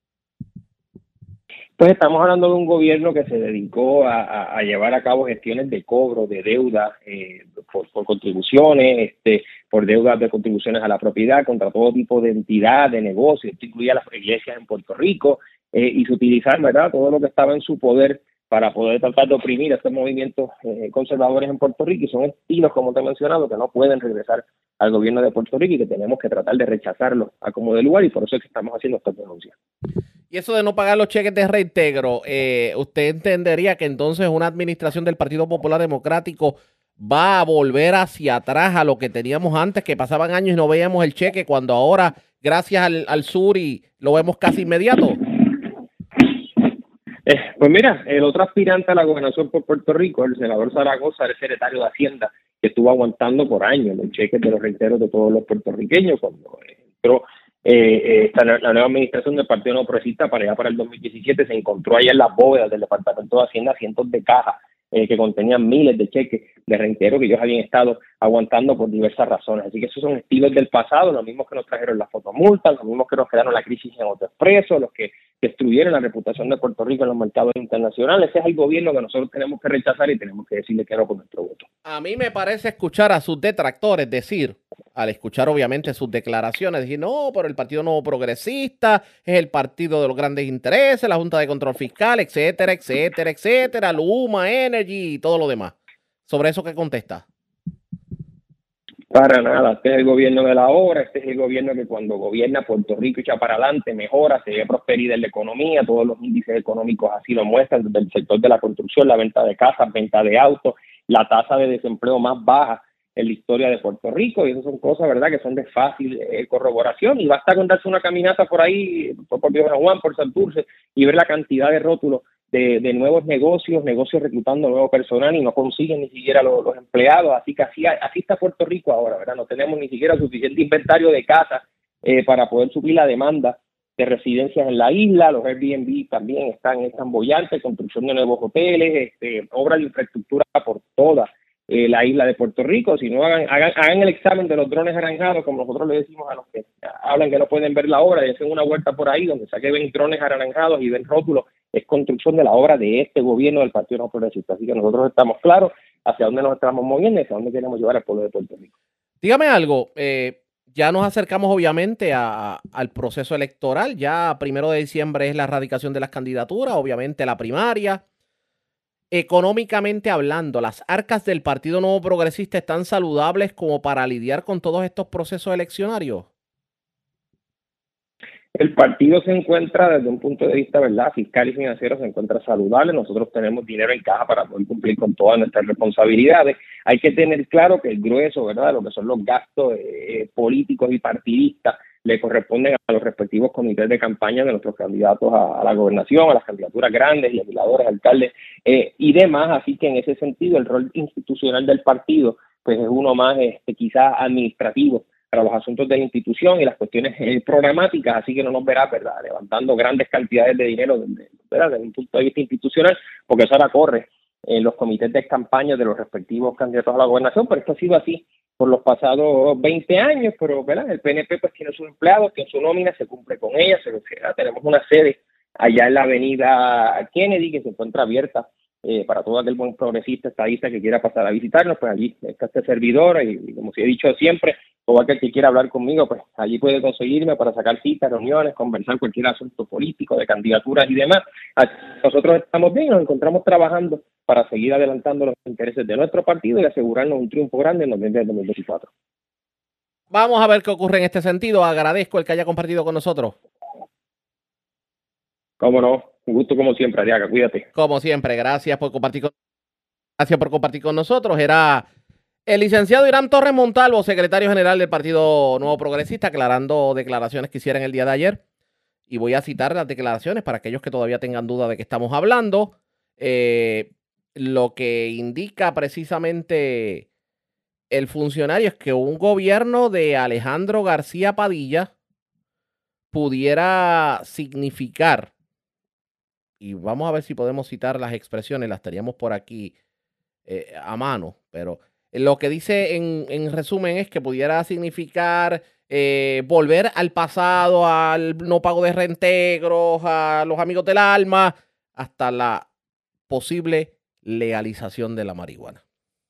Pues estamos hablando de un gobierno que se dedicó a, a, a llevar a cabo gestiones de cobro de deuda eh, por, por contribuciones, este, por deudas de contribuciones a la propiedad contra todo tipo de entidad, de negocio, esto incluía las iglesias en Puerto Rico, eh, y se utilizar, ¿verdad?, todo lo que estaba en su poder para poder tratar de oprimir a estos movimientos eh, conservadores en Puerto Rico, y son estilos, como te he mencionado, que no pueden regresar al gobierno de Puerto Rico y que tenemos que tratar de rechazarlos a como de lugar, y por eso es que estamos haciendo esta denuncia. Y eso de no pagar los cheques de reintegro, eh, ¿usted entendería que entonces una administración del Partido Popular Democrático va a volver hacia atrás a lo que teníamos antes, que pasaban años y no veíamos el cheque, cuando ahora, gracias al, al Suri, lo vemos casi inmediato? Eh, pues mira, el otro aspirante a la gobernación por Puerto Rico, el senador Zaragoza, el secretario de Hacienda, que estuvo aguantando por años los cheques de los reintegros de todos los puertorriqueños cuando entró eh, esta, la nueva administración del Partido No Progresista para allá para el dos mil diecisiete, se encontró allá en las bóvedas del Departamento de Hacienda cientos de cajas eh, que contenían miles de cheques de reintegro que ellos habían estado aguantando por diversas razones. Así que esos son estilos del pasado, los mismos que nos trajeron las fotomultas, los mismos que nos crearon la crisis en AutoExpreso, los que destruyeron la reputación de Puerto Rico en los mercados internacionales. Ese es el gobierno que nosotros tenemos que rechazar y tenemos que decirle que no con nuestro voto. A mí me parece escuchar a sus detractores decir, al escuchar obviamente sus declaraciones, decir, no, pero el Partido Nuevo Progresista es el partido de los grandes intereses, la Junta de Control Fiscal, etcétera, etcétera, etcétera, Luma, Energy y todo lo demás. ¿Sobre eso qué contesta? Para nada, este es el gobierno de la hora, este es el gobierno que cuando gobierna Puerto Rico echa para adelante, mejora, se ve prosperidad en la economía, todos los índices económicos así lo muestran, desde el sector de la construcción, la venta de casas, venta de autos, la tasa de desempleo más baja en la historia de Puerto Rico, y eso son cosas, ¿verdad?, que son de fácil eh, corroboración, y basta con darse una caminata por ahí, por, por San Juan, por Santurce, y ver la cantidad de rótulos De, de nuevos negocios, negocios reclutando nuevo personal y no consiguen ni siquiera los, los empleados, así que así, así está Puerto Rico ahora, ¿verdad? No tenemos ni siquiera suficiente inventario de casas eh, para poder suplir la demanda de residencias en la isla. Los Airbnb también están, están bollantes, construcción de nuevos hoteles, este, obra de infraestructura por toda eh, la isla de Puerto Rico. Si no, hagan, hagan, hagan el examen de los drones anaranjados, como nosotros le decimos a los que hablan que no pueden ver la obra, y hacen una vuelta por ahí donde saquen ven drones anaranjados y ven rótulos. Es construcción de la obra de este gobierno del Partido No Progresista. Así que nosotros estamos claros hacia dónde nos estamos moviendo y hacia dónde queremos llevar al pueblo de Puerto Rico. Dígame algo, eh, ya nos acercamos obviamente a, al proceso electoral, ya primero de diciembre es la radicación de las candidaturas, obviamente la primaria. Económicamente hablando, ¿las arcas del Partido Nuevo Progresista están saludables como para lidiar con todos estos procesos eleccionarios? El partido se encuentra desde un punto de vista, ¿verdad?, fiscal y financiero, se encuentra saludable. Nosotros tenemos dinero en caja para poder cumplir con todas nuestras responsabilidades. Hay que tener claro que el grueso, ¿verdad?, lo que son los gastos eh, políticos y partidistas le corresponden a los respectivos comités de campaña de nuestros candidatos a, a la gobernación, a las candidaturas grandes, legisladores, alcaldes eh, y demás. Así que en ese sentido el rol institucional del partido pues es uno más este, quizás administrativo para los asuntos de la institución y las cuestiones eh, programáticas, así que no nos verá, ¿verdad?, levantando grandes cantidades de dinero desde, ¿verdad?, desde un punto de vista institucional, porque eso ahora corre en los comités de campaña de los respectivos candidatos a la gobernación, pero esto ha sido así por los pasados veinte años, pero ¿verdad?, el P N P pues tiene sus empleados, tiene su nómina, se cumple con ella, se, se, tenemos una sede allá en la avenida Kennedy que se encuentra abierta Eh, para todo aquel buen progresista, estadista que quiera pasar a visitarnos, pues allí está este servidor y, y como se he dicho siempre, todo aquel que quiera hablar conmigo, pues allí puede conseguirme para sacar citas, reuniones, conversar cualquier asunto político, de candidaturas y demás. Nosotros estamos bien, nos encontramos trabajando para seguir adelantando los intereses de nuestro partido y asegurarnos un triunfo grande en noviembre de dos mil veinticuatro. Vamos a ver qué ocurre en este sentido. Agradezco el que haya compartido con nosotros. Cómo no, un gusto como siempre, Ariaga, cuídate. Como siempre, gracias por compartir con, gracias por compartir con nosotros. Era el licenciado Irán Torres Montalvo, secretario general del Partido Nuevo Progresista, aclarando declaraciones que hicieron el día de ayer. Y voy a citar las declaraciones para aquellos que todavía tengan duda de qué estamos hablando. Eh, lo que indica precisamente el funcionario es que un gobierno de Alejandro García Padilla pudiera significar, y vamos a ver si podemos citar las expresiones, las teníamos por aquí eh, a mano, pero lo que dice en, en resumen es que pudiera significar eh, volver al pasado, al no pago de reintegros, a los amigos del alma, hasta la posible legalización de la marihuana.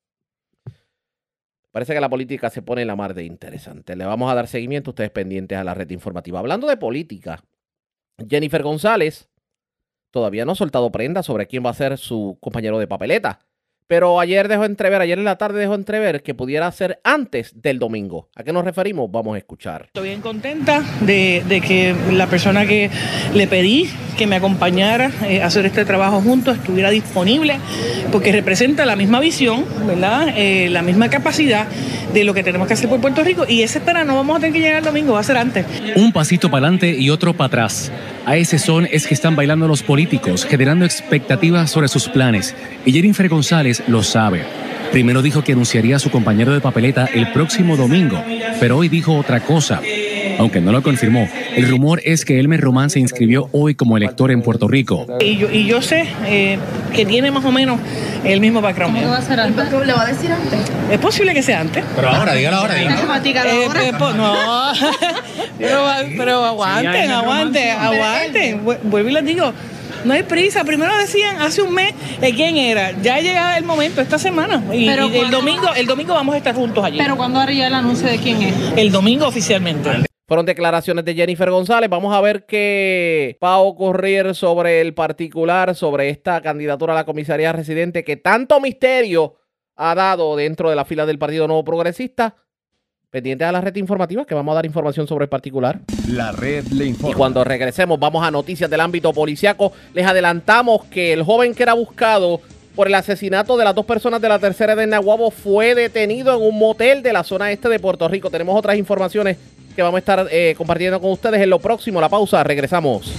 Parece que la política se pone en la mar de interesante. Le vamos a dar seguimiento, ustedes pendientes a la red informativa. Hablando de política, Jennifer González todavía no ha soltado prenda sobre quién va a ser su compañero de papeleta. Pero ayer dejó entrever, ayer en la tarde dejó entrever que pudiera ser antes del domingo. ¿A qué nos referimos? Vamos a escuchar. Estoy bien contenta de, de que la persona que le pedí que me acompañara eh, a hacer este trabajo juntos estuviera disponible, porque representa la misma visión, ¿verdad? Eh, la misma capacidad de lo que tenemos que hacer por Puerto Rico, y ese espera no vamos a tener que llegar el domingo, va a ser antes. Un pasito para adelante y otro para atrás. A ese son es que están bailando los políticos, generando expectativas sobre sus planes. Y Jennifer González lo sabe. Primero dijo que anunciaría a su compañero de papeleta el próximo domingo, pero hoy dijo otra cosa. Aunque no lo confirmó, el rumor es que Elmer Román se inscribió hoy como elector en Puerto Rico. Y yo, y yo sé eh, que tiene más o menos el mismo background. ¿Cómo va a ser antes? ¿Le va a decir antes? Es posible que sea antes. Pero ahora, dígalo ahora. Dígalo. Eh, eh, po, no, pero, pero aguanten, aguanten, aguanten. Vuelvo y les digo, no hay prisa. Primero decían hace un mes de quién era. Ya llega el momento esta semana. Y, y el domingo, el domingo vamos a estar juntos allí. ¿Pero cuándo haría el anuncio de quién es? El domingo oficialmente. Fueron declaraciones de Jennifer González. Vamos a ver qué va a ocurrir sobre el particular, sobre esta candidatura a la comisaría residente que tanto misterio ha dado dentro de la fila del Partido Nuevo Progresista. Pendientes a la red informativa que vamos a dar información sobre el particular. La red le informa. Y cuando regresemos vamos a noticias del ámbito policiaco. Les adelantamos que el joven que era buscado por el asesinato de las dos personas de la tercera edad en Naguabo fue detenido en un motel de la zona este de Puerto Rico. Tenemos otras informaciones que vamos a estar eh, compartiendo con ustedes en lo próximo. La pausa, regresamos.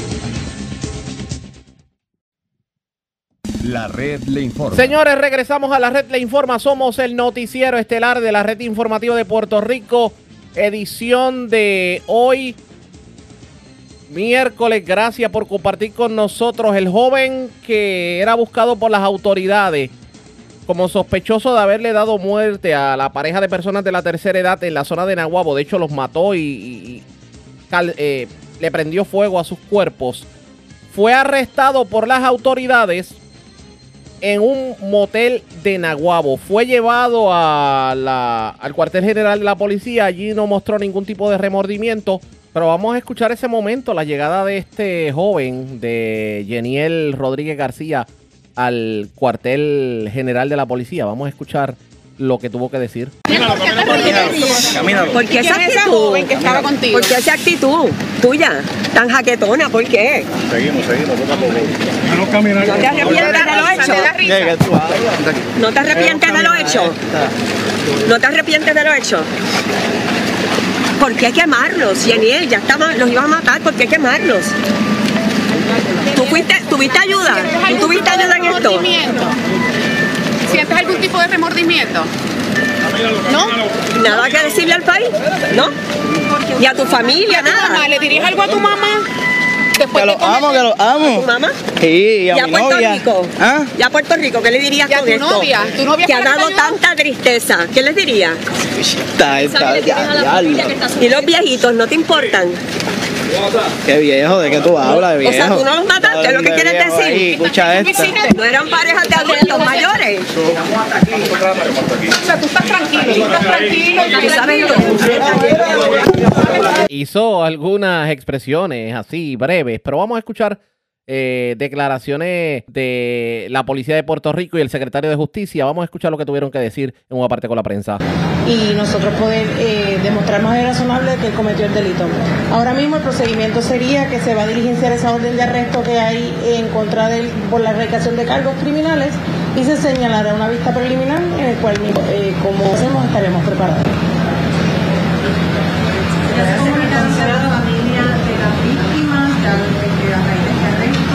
La red le informa. Señores, regresamos a la red le informa. Somos el noticiero estelar de la red informativa de Puerto Rico. edición de hoy, miércoles. Gracias por compartir con nosotros. El joven que era buscado por las autoridades como sospechoso de haberle dado muerte a la pareja de personas de la tercera edad en la zona de Naguabo. De hecho, los mató y, y, y cal, eh, le prendió fuego a sus cuerpos. Fue arrestado por las autoridades en un motel de Naguabo. Fue llevado a la, al cuartel general de la policía. Allí no mostró ningún tipo de remordimiento. Pero vamos a escuchar ese momento, la llegada de este joven, de Yeniel Rodríguez García, al cuartel general de la policía. Vamos a escuchar lo que tuvo que decir. ¿Por qué esa actitud? Que estaba contigo? ¿Por qué esa actitud tuya tan jaquetona? ¿Por qué? Seguimos, seguimos, poco a poco. ¿No te arrepientes de lo hecho? ¿No te arrepientes de lo hecho? ¿No te arrepientes de lo hecho? ¿Por qué quemarlos? Yeniel, ya estamos, los iban a matar, ¿por qué quemarlos? ¿Tú fuiste, tuviste ayuda? ¿Tú tuviste ayuda en esto? ¿Sientes algún tipo de remordimiento? ¿No? ¿Nada que decirle al país? ¿No? ¿Y a tu familia? Nada. Mamá, ¿le dirías algo a tu mamá? Que los amo, que los amo. ¿A tu mamá? Sí, y a, ¿Y a mi Puerto novia. Rico? ¿Ah? ¿Y a Puerto Rico? ¿Qué le dirías ¿Y a con tu esto? novia? ¿Tu novia que ha fue la que dado te ayudó? tanta tristeza. ¿Qué les dirías? Está, está, ya, ya. ¿Y los viejitos no te importan? Qué viejo, ¿de qué tú hablas, de viejo? O sea, tú no los mataste, es lo que quieres viejo decir. ahí, escucha esto. No eran parejas de adultos mayores. O sea, tú estás tranquilo, tú estás tranquilo. Y ¿Tú sabes lo Hizo algunas expresiones así breves, pero vamos a escuchar eh, declaraciones de la policía de Puerto Rico y el secretario de Justicia. Vamos a escuchar lo que tuvieron que decir en una parte con la prensa. Y nosotros poder eh, demostrar más razonable que él cometió el delito. Ahora mismo el procedimiento sería que se va a diligenciar esa orden de arresto que hay en contra de él por la erradicación de cargos criminales y se señalará una vista preliminar en el cual, eh, como hacemos, estaremos preparados. ¿Se ha comunicado a la familia de las víctimas a raíz de este arresto?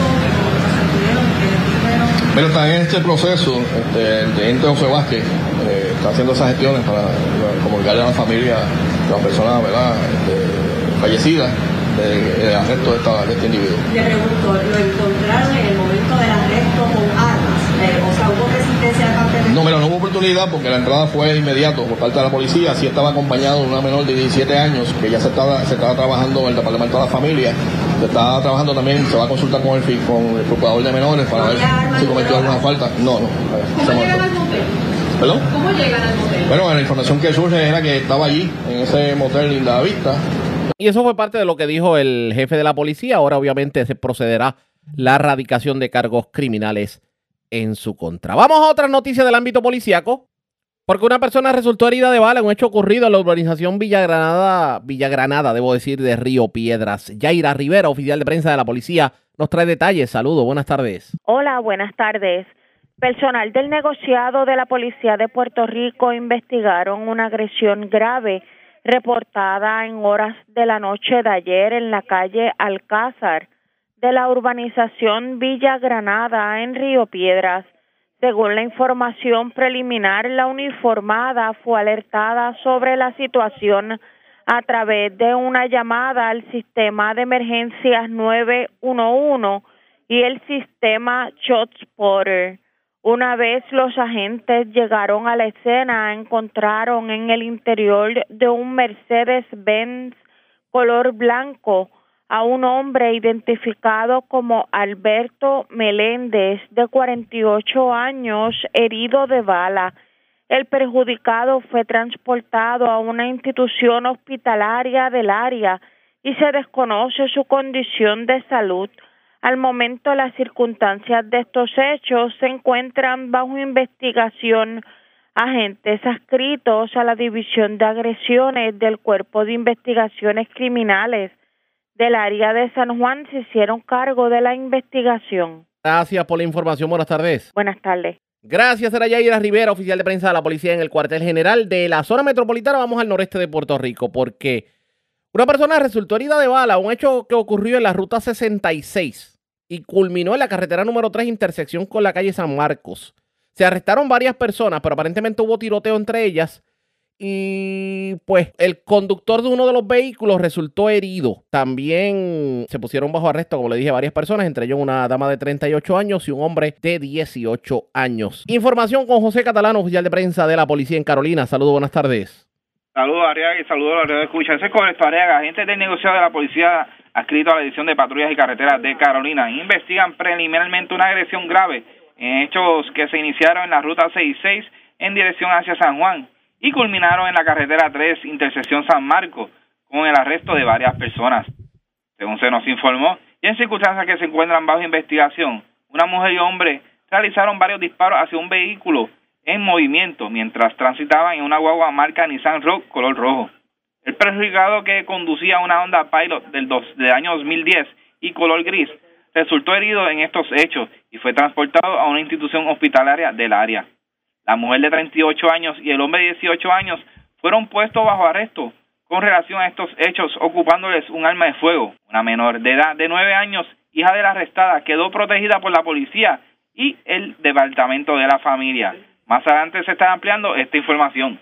Pero está en este proceso, este, el teniente José Vázquez eh, está haciendo esas gestiones para, para comunicarle a la familia de la persona, ¿verdad?, este, fallecida del de arresto de, esta, de este individuo. Le pregunto, ¿lo encontraron en el momento del arresto con armas? Eh, o sea, ¿hubo resistencia de parte de...? No, mira, no hubo oportunidad porque la entrada fue inmediato por parte de la policía. Sí estaba acompañado de una menor de diecisiete años que ya se estaba, se estaba trabajando en el departamento de la familia. Se estaba trabajando también, se va a consultar con el, con el procurador de menores para ver si cometió alguna falta. No, no. ¿Cómo llegan al motel? ¿Perdón? ¿Cómo llegan al motel? Bueno, la información que surge era que estaba allí, en ese motel Linda Vista. Y eso fue parte de lo que dijo el jefe de la policía. Ahora obviamente se procederá la erradicación de cargos criminales en su contra. Vamos a otras noticias del ámbito policíaco, porque una persona resultó herida de bala en un hecho ocurrido en la urbanización Villagranada, Villagranada, debo decir, de Río Piedras. Yaira Rivera, oficial de prensa de la policía, nos trae detalles. Saludos, buenas tardes. Hola, buenas tardes. Personal del negociado de la Policía de Puerto Rico investigaron una agresión grave reportada en horas de la noche de ayer en la calle Alcázar de la urbanización Villa Granada en Río Piedras. Según la información preliminar, la uniformada fue alertada sobre la situación a través de una llamada al sistema de emergencias nueve uno uno y el sistema ShotSpotter. Una vez los agentes llegaron a la escena, encontraron en el interior de un Mercedes-Benz color blanco a un hombre identificado como Alberto Meléndez, de cuarenta y ocho años, herido de bala. El perjudicado fue transportado a una institución hospitalaria del área y se desconoce su condición de salud. Al momento, las circunstancias de estos hechos se encuentran bajo investigación. Agentes adscritos a la División de Agresiones del Cuerpo de Investigaciones Criminales del área de San Juan se hicieron cargo de la investigación. Gracias por la información. Buenas tardes. Buenas tardes. Gracias, era Yaira Rivera, oficial de prensa de la policía en el cuartel general de la zona metropolitana. Vamos al noreste de Puerto Rico, porque una persona resultó herida de bala, un hecho que ocurrió en la ruta sesenta y seis y culminó en la carretera número tres, intersección con la calle San Marcos. Se arrestaron varias personas, pero aparentemente hubo tiroteo entre ellas y pues el conductor de uno de los vehículos resultó herido. También se pusieron bajo arresto, como le dije, varias personas, entre ellos una dama de treinta y ocho años y un hombre de dieciocho años. Información con José Catalán, oficial de prensa de la policía en Carolina. Saludos, buenas tardes. Saludos, Arriaga, y saludos a la red de escucha. Ese es correcto, Arriaga. Agentes del negociado de la policía adscrito a la División de Patrullas y Carreteras de Carolina investigan preliminarmente una agresión grave en hechos que se iniciaron en la ruta sesenta y seis en dirección hacia San Juan y culminaron en la carretera tres, intersección San Marcos, con el arresto de varias personas. Según se nos informó, y en circunstancias que se encuentran bajo investigación, una mujer y hombre realizaron varios disparos hacia un vehículo en movimiento mientras transitaban en una guagua marca Nissan Rogue color rojo. El perjudicado, que conducía una Honda Pilot del, dos, del año dos mil diez y color gris, resultó herido en estos hechos y fue transportado a una institución hospitalaria del área. La mujer de treinta y ocho años y el hombre de dieciocho años fueron puestos bajo arresto con relación a estos hechos, ocupándoles un arma de fuego. Una menor de edad de nueve años, hija de la arrestada, quedó protegida por la policía y el departamento de la familia. Más adelante se está ampliando esta información.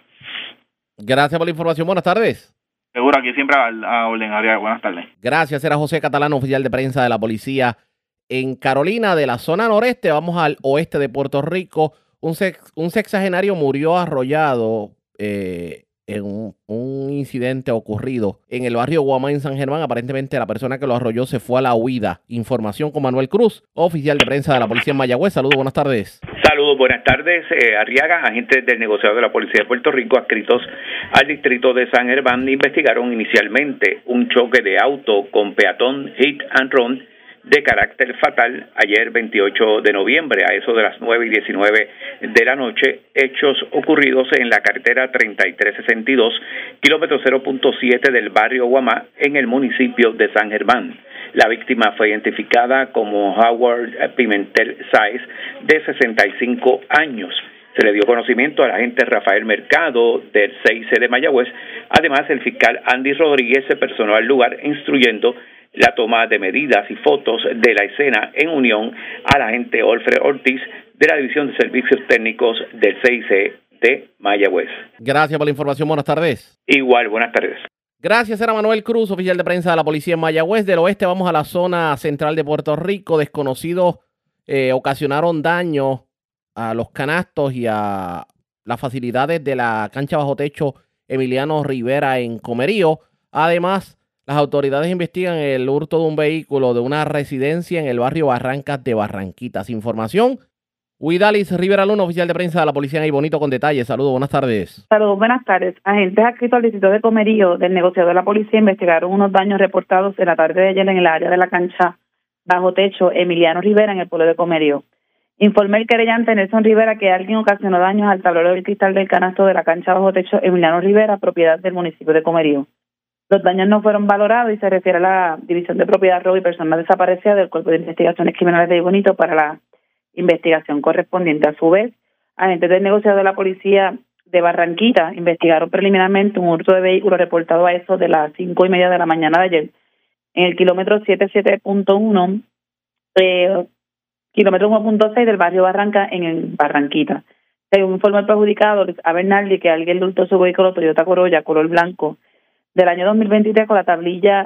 Gracias por la información. Buenas tardes. Seguro, aquí siempre a, a orden, Ariel. Buenas tardes. Gracias. Era José Catalán, oficial de prensa de la policía en Carolina. De la zona noreste vamos al oeste de Puerto Rico. Un, sex, un sexagenario murió arrollado eh, en un, un incidente ocurrido en el barrio Guamá, en San Germán. Aparentemente la persona que lo arrolló se fue a la huida. Información con Manuel Cruz, oficial de prensa de la policía en Mayagüez. Saludos, buenas tardes. Saludos, buenas tardes. Eh, Arriaga, agentes del negociado de la Policía de Puerto Rico adscritos al distrito de San Germán investigaron inicialmente un choque de auto con peatón hit and run de carácter fatal ayer veintiocho de noviembre a eso de las nueve y diecinueve de la noche, hechos ocurridos en la carretera treinta y tres sesenta y dos, kilómetro cero punto siete del barrio Guamá, en el municipio de San Germán. La víctima fue identificada como Howard Pimentel Sáez, de sesenta y cinco años. Se le dio conocimiento al agente Rafael Mercado del C I C de Mayagüez. Además, el fiscal Andy Rodríguez se personó al lugar instruyendo la toma de medidas y fotos de la escena en unión al agente Olfred Ortiz de la División de Servicios Técnicos del C I C de Mayagüez. Gracias por la información. Buenas tardes. Igual, buenas tardes. Gracias, era Manuel Cruz, oficial de prensa de la policía en Mayagüez. Del oeste vamos a la zona central de Puerto Rico. Desconocidos eh, ocasionaron daño a los canastos y a las facilidades de la cancha bajo techo Emiliano Rivera en Comerío. Además, las autoridades investigan el hurto de un vehículo de una residencia en el barrio Barrancas de Barranquitas. Información, Huidalis Rivera Luna, oficial de prensa de la policía en Aybonito, con detalles. Saludos, buenas tardes. Saludos, buenas tardes. Agentes adscritos al distrito de Comerío del negociado de la policía investigaron unos daños reportados en la tarde de ayer en el área de la cancha bajo techo Emiliano Rivera en el pueblo de Comerío. Informé el querellante Nelson Rivera que alguien ocasionó daños al tablero del cristal del canasto de la cancha bajo techo Emiliano Rivera, propiedad del municipio de Comerío. Los daños no fueron valorados y se refiere a la División de Propiedad, Robo y Personas Desaparecidas del Cuerpo de Investigaciones Criminales de Aybonito para la investigación correspondiente. A su vez, agentes del negociado de la policía de Barranquita investigaron preliminarmente un hurto de vehículos reportado a eso de las cinco y media de la mañana de ayer en el kilómetro setenta y siete punto uno, eh, kilómetro uno punto seis del barrio Barranca en el Barranquita. Según informó el perjudicado, a Bernardi, que alguien le hurtó su vehículo Toyota Corolla color blanco del año dos mil veintitrés con la tablilla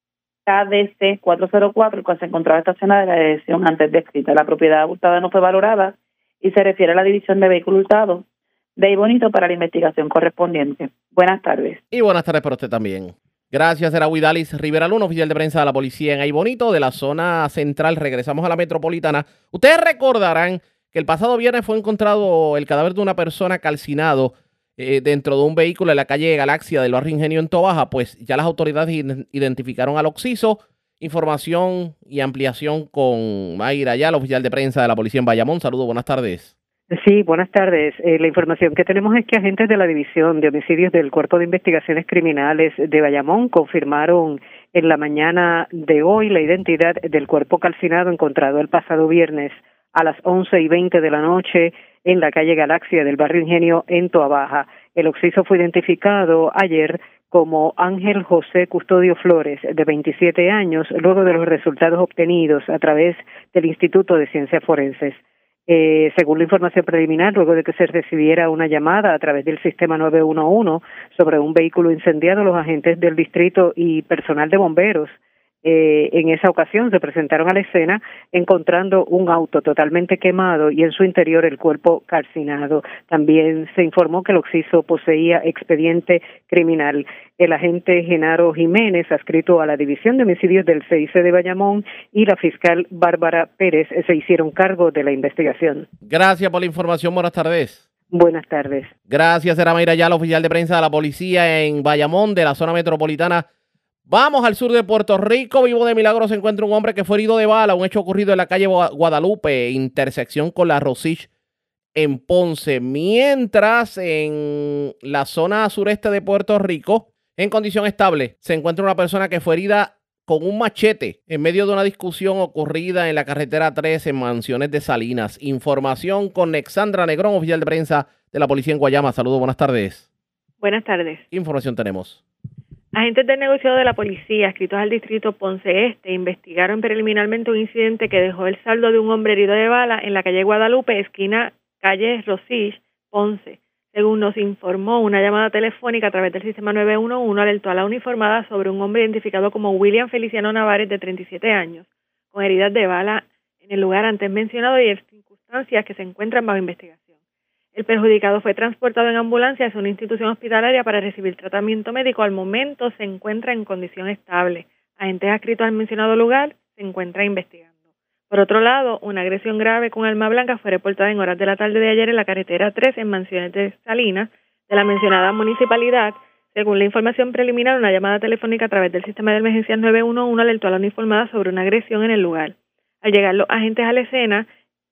K D C cuatrocientos cuatro, el cual se encontraba estacionada en la dirección antes descrita. La propiedad hurtada no fue valorada y se refiere a la División de Vehículos Hurtados de Aybonito para la investigación correspondiente. Buenas tardes. Y buenas tardes para usted también. Gracias, era Huidalis Rivera Luna, oficial de prensa de la policía en Aybonito, de la zona central. Regresamos a la metropolitana. Ustedes recordarán que el pasado viernes fue encontrado el cadáver de una persona calcinado eh, dentro de un vehículo en la calle Galaxia del barrio Ingenio en Tobaja. Pues ya las autoridades identificaron al occiso. Información y ampliación con Mayra Ayala, oficial de prensa de la policía en Bayamón. Saludos, buenas tardes. Sí, buenas tardes. Eh, la información que tenemos es que agentes de la División de Homicidios del Cuerpo de Investigaciones Criminales de Bayamón confirmaron en la mañana de hoy la identidad del cuerpo calcinado encontrado el pasado viernes a las once y veinte de la noche en la calle Galaxia del barrio Ingenio en Toabaja. El occiso fue identificado ayer como Ángel José Custodio Flores, de veintisiete años, luego de los resultados obtenidos a través del Instituto de Ciencias Forenses. Eh, según la información preliminar, luego de que se recibiera una llamada a través del sistema nueve uno uno sobre un vehículo incendiado, los agentes del distrito y personal de bomberos Eh, en esa ocasión se presentaron a la escena encontrando un auto totalmente quemado y en su interior el cuerpo calcinado. También se informó que el occiso poseía expediente criminal. El agente Genaro Jiménez, adscrito a la División de Homicidios del C I C de Bayamón, y la fiscal Bárbara Pérez se hicieron cargo de la investigación. Gracias por la información. Buenas tardes. Buenas tardes. Gracias, era Mayra Yala, oficial de prensa de la policía en Bayamón, de la zona metropolitana. Vamos al sur de Puerto Rico. Vivo de milagro se encuentra un hombre que fue herido de bala, un hecho ocurrido en la calle Guadalupe, intersección con la Rosich en Ponce. Mientras en la zona sureste de Puerto Rico, en condición estable, se encuentra una persona que fue herida con un machete en medio de una discusión ocurrida en la carretera tres en Mansiones de Salinas. Información con Nexandra Negrón, oficial de prensa de la policía en Guayama. Saludos, buenas tardes. Buenas tardes. ¿Qué información tenemos? Agentes del negociado de la policía, adscritos al distrito Ponce Este, investigaron preliminarmente un incidente que dejó el saldo de un hombre herido de bala en la calle Guadalupe, esquina calle Rosich, Ponce. Según nos informó, una llamada telefónica a través del sistema nueve uno uno alertó a la uniformada sobre un hombre identificado como William Feliciano Navarez, de treinta y siete años, con heridas de bala en el lugar antes mencionado y en circunstancias que se encuentran bajo investigación. El perjudicado fue transportado en ambulancia hacia una institución hospitalaria para recibir tratamiento médico. Al momento se encuentra en condición estable. Agentes adscritos al mencionado lugar se encuentran investigando. Por otro lado, una agresión grave con arma blanca fue reportada en horas de la tarde de ayer en la carretera tres en Mansiones de Salinas de la mencionada municipalidad. Según la información preliminar, una llamada telefónica a través del sistema de emergencias nueve uno uno alertó a la uniformada sobre una agresión en el lugar. Al llegar los agentes a la escena,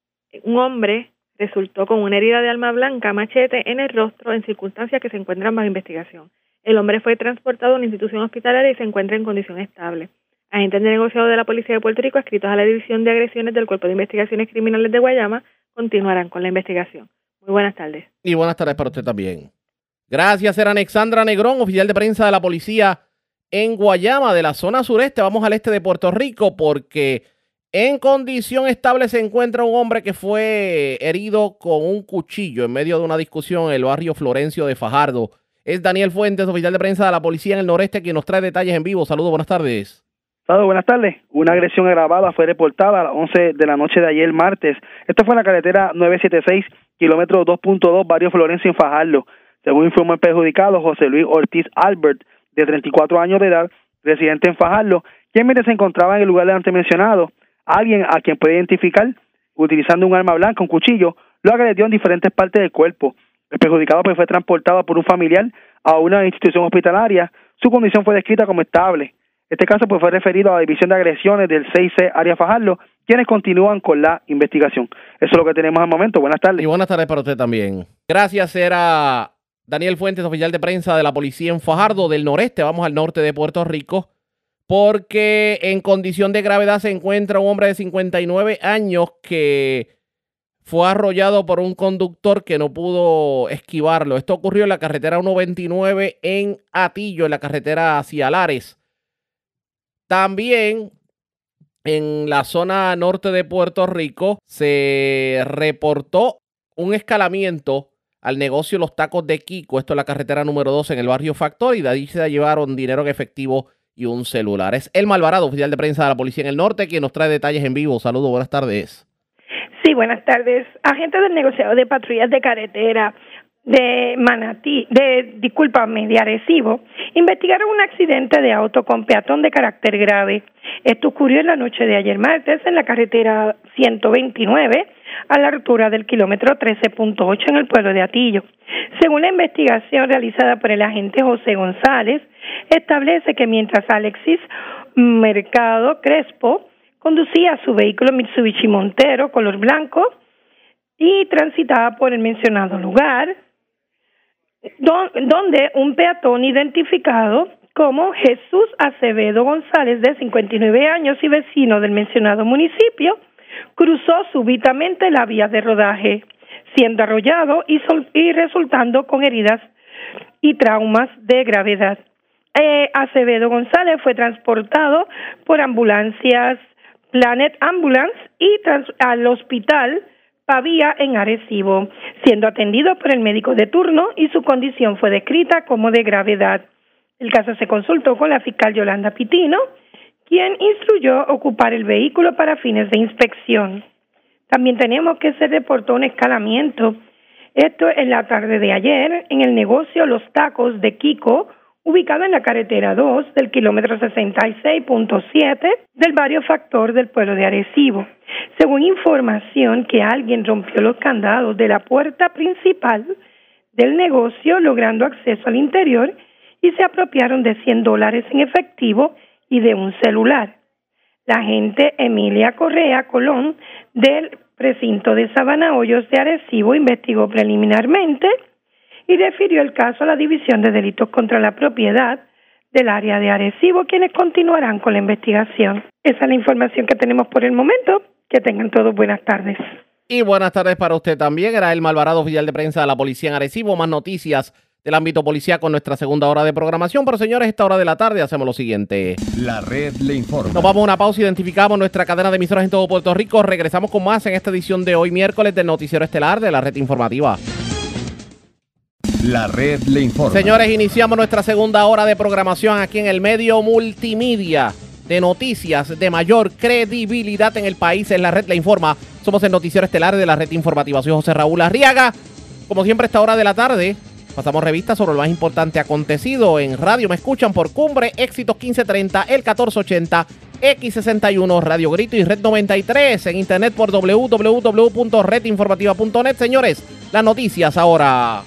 un hombre resultó con una herida de arma blanca, machete, en el rostro en circunstancias que se encuentran bajo investigación. El hombre fue transportado a una institución hospitalaria y se encuentra en condición estable. Agentes de negociado de la Policía de Puerto Rico, adscritos a la División de Agresiones del Cuerpo de Investigaciones Criminales de Guayama, continuarán con la investigación. Muy buenas tardes. Y buenas tardes para usted también. Gracias, era Alexandra Negrón, oficial de prensa de la policía en Guayama, de la zona sureste. Vamos al este de Puerto Rico porque en condición estable se encuentra un hombre que fue herido con un cuchillo en medio de una discusión en el barrio Florencio de Fajardo. Es Daniel Fuentes, oficial de prensa de la policía en el noreste, quien nos trae detalles en vivo. Saludos, buenas tardes. Saludos, buenas tardes. Una agresión agravada fue reportada a las once de la noche de ayer martes. Esto fue en la carretera nueve setenta y seis, kilómetro dos punto dos, barrio Florencio en Fajardo. Según informó el perjudicado, José Luis Ortiz Albert, de treinta y cuatro años de edad, residente en Fajardo, quien mientras se encontraba en el lugar antes mencionado, alguien a quien puede identificar utilizando un arma blanca, un cuchillo, lo agredió en diferentes partes del cuerpo. El perjudicado pues, fue transportado por un familiar a una institución hospitalaria. Su condición fue descrita como estable. Este caso pues, fue referido a la División de Agresiones del C I C Área Fajardo, quienes continúan con la investigación. Eso es lo que tenemos al momento. Buenas tardes. Y buenas tardes para usted también. Gracias, era Daniel Fuentes, oficial de prensa de la policía en Fajardo del noreste. Vamos al norte de Puerto Rico, porque en condición de gravedad se encuentra un hombre de cincuenta y nueve años que fue arrollado por un conductor que no pudo esquivarlo. Esto ocurrió en la carretera ciento veintinueve en Atillo, en la carretera hacia Lares. También en la zona norte de Puerto Rico se reportó un escalamiento al negocio Los Tacos de Kiko. Esto es la carretera número dos en el barrio Factory. De ahí se llevaron dinero en efectivo y un celular. Es Elma Alvarado, oficial de prensa de la policía en el norte, quien nos trae detalles en vivo. Saludos, buenas tardes. Sí, buenas tardes. Agentes del negociado de patrullas de carretera de Manatí, de, discúlpame, de Arecibo, investigaron un accidente de auto con peatón de carácter grave. Esto ocurrió en la noche de ayer martes en la carretera ciento veintinueve, a la altura del kilómetro trece punto ocho en el pueblo de Atillo. Según la investigación realizada por el agente José González, establece que mientras Alexis Mercado Crespo conducía su vehículo Mitsubishi Montero color blanco y transitaba por el mencionado lugar, donde un peatón identificado como Jesús Acevedo González, de cincuenta y nueve años y vecino del mencionado municipio, cruzó súbitamente la vía de rodaje, siendo arrollado y, sol y resultando con heridas y traumas de gravedad. Eh, Acevedo González fue transportado por ambulancias Planet Ambulance y trans al hospital Pavía en Arecibo, siendo atendido por el médico de turno y su condición fue descrita como de gravedad. El caso se consultó con la fiscal Yolanda Pitino, quien instruyó ocupar el vehículo para fines de inspección. También tenemos que se reportó un escalamiento, esto en la tarde de ayer, en el negocio Los Tacos de Kiko, ubicado en la carretera dos del kilómetro sesenta y seis punto siete del barrio Factor del pueblo de Arecibo. Según información que alguien rompió los candados de la puerta principal del negocio, logrando acceso al interior, y se apropiaron de cien dólares en efectivo y de un celular. La agente Emilia Correa Colón del precinto de Sabana Hoyos de Arecibo investigó preliminarmente y refirió el caso a la División de Delitos contra la Propiedad del área de Arecibo, quienes continuarán con la investigación. Esa es la información que tenemos por el momento. Que tengan todos buenas tardes. Y buenas tardes para usted también. Era el Alvarado, oficial de prensa de la policía en Arecibo. Más noticias del ámbito policial con nuestra segunda hora de programación. Pero señores, esta hora de la tarde hacemos lo siguiente. La red le informa. Nos vamos a una pausa, identificamos nuestra cadena de emisoras en todo Puerto Rico. Regresamos con más en esta edición de hoy, miércoles, del Noticiero Estelar de la Red Informativa. La red le informa. Señores, iniciamos nuestra segunda hora de programación aquí en el medio multimedia de noticias de mayor credibilidad en el país. En la Red le informa. Somos el Noticiero Estelar de la Red Informativa. Soy José Raúl Arriaga. Como siempre, a esta hora de la tarde pasamos revistas sobre lo más importante acontecido en radio. Me escuchan por Cumbre, Éxitos quince treinta, el catorce ochenta, X sesenta y uno, Radio Grito y Red noventa y tres. En internet por doble u doble u doble u punto red informativa punto net. Señores, las noticias ahora.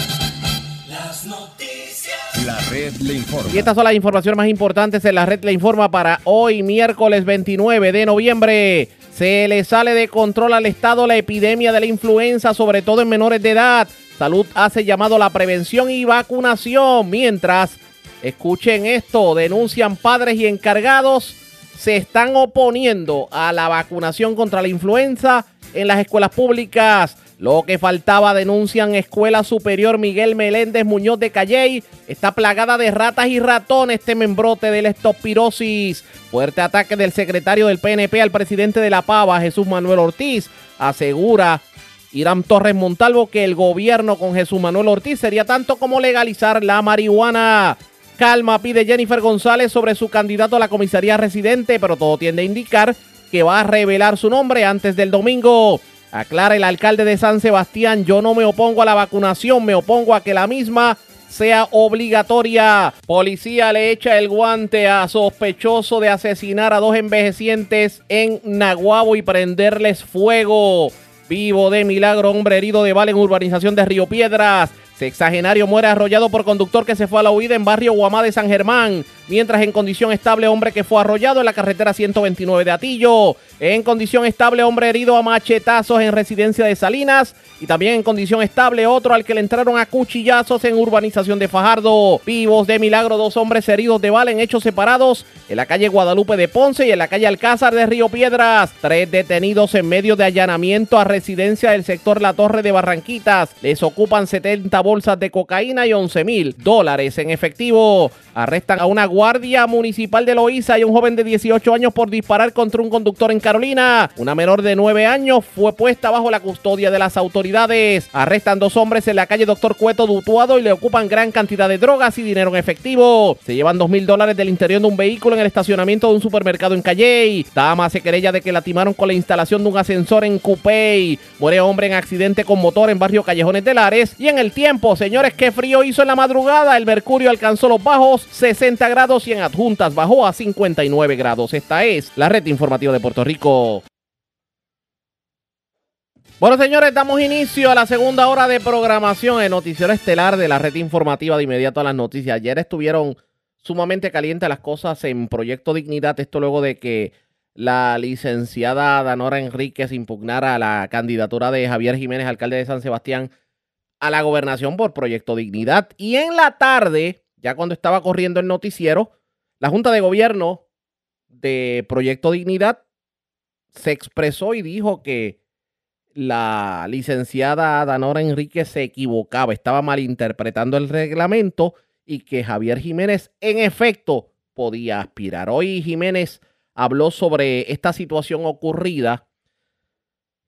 Las noticias. La Red le informa. Y estas son las informaciones más importantes en la Red le informa para hoy, miércoles veintinueve de noviembre. Se le sale de control al Estado la epidemia de la influenza, sobre todo en menores de edad. Salud hace llamado a la prevención y vacunación. Mientras, escuchen esto, denuncian padres y encargados se están oponiendo a la vacunación contra la influenza en las escuelas públicas. Lo que faltaba, denuncian Escuela Superior Miguel Meléndez Muñoz de Calley, está plagada de ratas y ratones, temen brote de leptospirosis. Fuerte ataque del secretario del P N P al presidente de la Pava, Jesús Manuel Ortiz. Asegura Irán Torres Montalvo que el gobierno con Jesús Manuel Ortiz sería tanto como legalizar la marihuana. Calma pide Jennifer González sobre su candidato a la comisaría residente, pero todo tiende a indicar que va a revelar su nombre antes del domingo. Aclara el alcalde de San Sebastián: yo no me opongo a la vacunación, me opongo a que la misma sea obligatoria. Policía le echa el guante a sospechoso de asesinar a dos envejecientes en Naguabo y prenderles fuego. Vivo de milagro, hombre herido de bala en urbanización de Río Piedras. Sexagenario muere arrollado por conductor que se fue a la huida en barrio Guamá de San Germán. Mientras, en condición estable, hombre que fue arrollado en la carretera ciento veintinueve de Atillo. En condición estable, hombre herido a machetazos en residencia de Salinas. Y también en condición estable, otro al que le entraron a cuchillazos en urbanización de Fajardo. Vivos de milagro, dos hombres heridos de bala en hechos separados en la calle Guadalupe de Ponce y en la calle Alcázar de Río Piedras. Tres detenidos en medio de allanamiento a residencia del sector La Torre de Barranquitas. Les ocupan setenta bolsas de cocaína y once mil dólares en efectivo. Arrestan a una guardia municipal de Loíza y a un joven de dieciocho años por disparar contra un conductor en Carolina. Una menor de nueve años fue puesta bajo la custodia de las autoridades. Arrestan dos hombres en la calle Doctor Cueto de Utuado y le ocupan gran cantidad de drogas y dinero en efectivo. Se llevan dos mil dólares del interior de un vehículo en el estacionamiento de un supermercado en Calley. Dama se querella de que la timaron con la instalación de un ascensor en Cupey. Muere hombre en accidente con motor en barrio Callejones de Lares. Y en el tiempo, señores, qué frío hizo en la madrugada. El mercurio alcanzó los bajos sesenta grados y en Adjuntas bajó a cincuenta y nueve grados. Esta es la Red Informativa de Puerto Rico. Bueno, señores, damos inicio a la segunda hora de programación, el noticiero estelar de la Red Informativa. De inmediato a las noticias. Ayer estuvieron sumamente calientes las cosas en Proyecto Dignidad, esto luego de que la licenciada Danora Enríquez impugnara la candidatura de Javier Jiménez, alcalde de San Sebastián, a la gobernación por Proyecto Dignidad. Y en la tarde, ya cuando estaba corriendo el noticiero, la Junta de Gobierno de Proyecto Dignidad se expresó y dijo que la licenciada Danora Enríquez se equivocaba, estaba malinterpretando el reglamento y que Javier Jiménez en efecto podía aspirar. Hoy Jiménez habló sobre esta situación ocurrida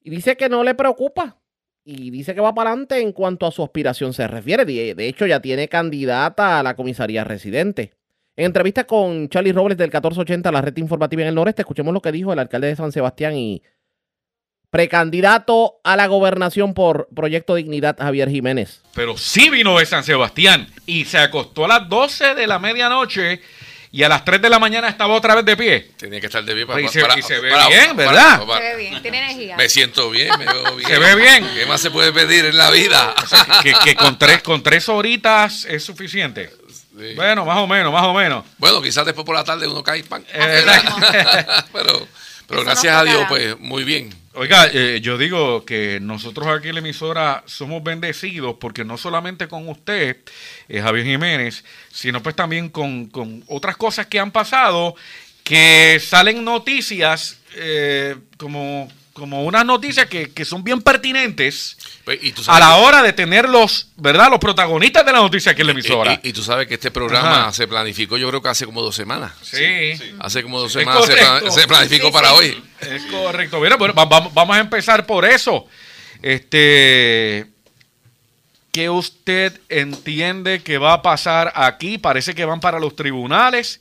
Y dice que no le preocupa. Y dice que va para adelante en cuanto a su aspiración se refiere. De, de hecho, ya tiene candidata a la comisaría residente. En entrevista con Charlie Robles del catorce ochenta, la red informativa en el noreste, escuchemos lo que dijo el alcalde de San Sebastián y precandidato a la gobernación por Proyecto Dignidad, Javier Jiménez. Pero sí vino de San Sebastián y se acostó a las doce de la medianoche y a las tres de la mañana estaba otra vez de pie. Tenía que estar de pie para... Y se, para, y se ve para, bien, para, ¿verdad? para, para, Se ve bien, tiene energía. Me siento bien, me veo bien. Se ve bien. ¿Qué más se puede pedir en la vida? O sea, que, que con, tres, con tres horitas es suficiente. Sí. Bueno, más o menos, más o menos. Bueno, quizás después por la tarde uno cae pan. Eh, pero pero gracias a Dios, pues, muy bien. Oiga, eh, yo digo que nosotros aquí en la emisora somos bendecidos porque no solamente con usted, eh, Javier Jiménez, sino pues también con, con otras cosas que han pasado, que salen noticias eh, como... como unas noticias que, que son bien pertinentes pues, ¿y tú sabes a la que, hora de tener los, ¿verdad? Los protagonistas de la noticia aquí en la emisora. Y, y, y tú sabes que este programa Ajá. se planificó, yo creo que hace como dos semanas. Sí. sí. Hace como dos es semanas se, correcto. se planificó sí, para sí. hoy. Es correcto. Mira, bueno, vamos, vamos a empezar por eso. Este, ¿qué usted entiende que va a pasar aquí? Parece que van para los tribunales.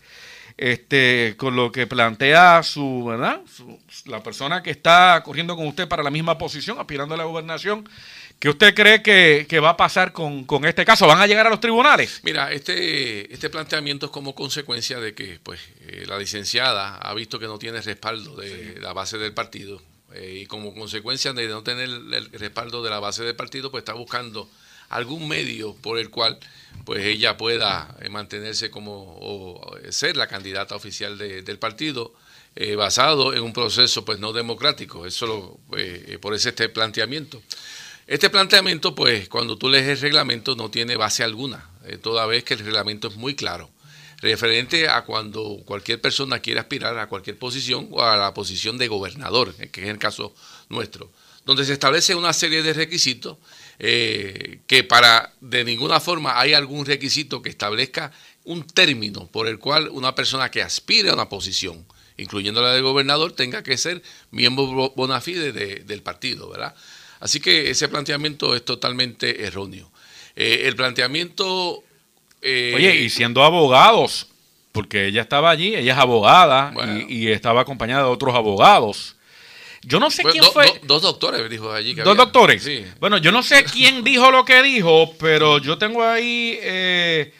Este, con lo que plantea su, ¿verdad? Su, la persona que está corriendo con usted para la misma posición, aspirando a la gobernación. ¿Qué usted cree que, que va a pasar con, con este caso? ¿Van a llegar a los tribunales? Mira, este, este planteamiento es como consecuencia de que pues eh, la licenciada ha visto que no tiene respaldo de sí. la base del partido eh, y como consecuencia de no tener el, el respaldo de la base del partido, pues está buscando algún medio por el cual pues ella pueda eh, mantenerse como o ser la candidata oficial de, del partido eh, basado en un proceso pues no democrático. Eso lo, eh, por ese este planteamiento. Este planteamiento pues cuando tú lees el reglamento no tiene base alguna, eh, toda vez que el reglamento es muy claro referente a cuando cualquier persona quiere aspirar a cualquier posición o a la posición de gobernador, que es el caso nuestro, donde se establece una serie de requisitos. Eh, que para de ninguna forma hay algún requisito que establezca un término por el cual una persona que aspire a una posición, incluyendo la de gobernador, tenga que ser miembro bona fide de, del partido, ¿verdad? Así que ese planteamiento es totalmente erróneo. Eh, el planteamiento... Eh, Oye, y siendo abogados, porque ella estaba allí, ella es abogada bueno. y, y estaba acompañada de otros abogados. Yo no sé pues quién do, fue. Do, dos doctores dijo allí. Que ¿Dos había. doctores? Sí. Bueno, yo no sé quién dijo lo que dijo, pero yo tengo ahí eh,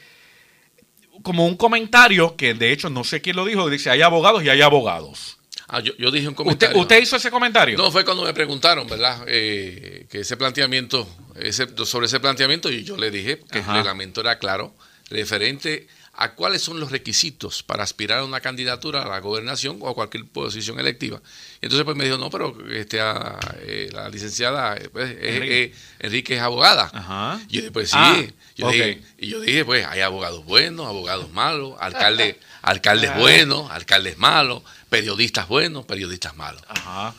como un comentario que de hecho no sé quién lo dijo. Dice, hay abogados y hay abogados. Ah, yo, yo dije un comentario. ¿Usted, ¿Usted hizo ese comentario? No, fue cuando me preguntaron, ¿verdad? Eh, que ese planteamiento, ese, sobre ese planteamiento, y yo le dije que Ajá. el reglamento era claro, referente a cuáles son los requisitos para aspirar a una candidatura a la gobernación o a cualquier posición electiva. Entonces pues me dijo, no, pero este, a, eh, la licenciada pues, Enrique. Eh, Enrique es abogada. Ajá. Y yo dije, pues sí. Ah, yo okay. dije, y yo dije, pues hay abogados buenos, abogados malos, alcaldes, alcaldes buenos, alcaldes malos, periodistas buenos, periodistas malos. Ajá.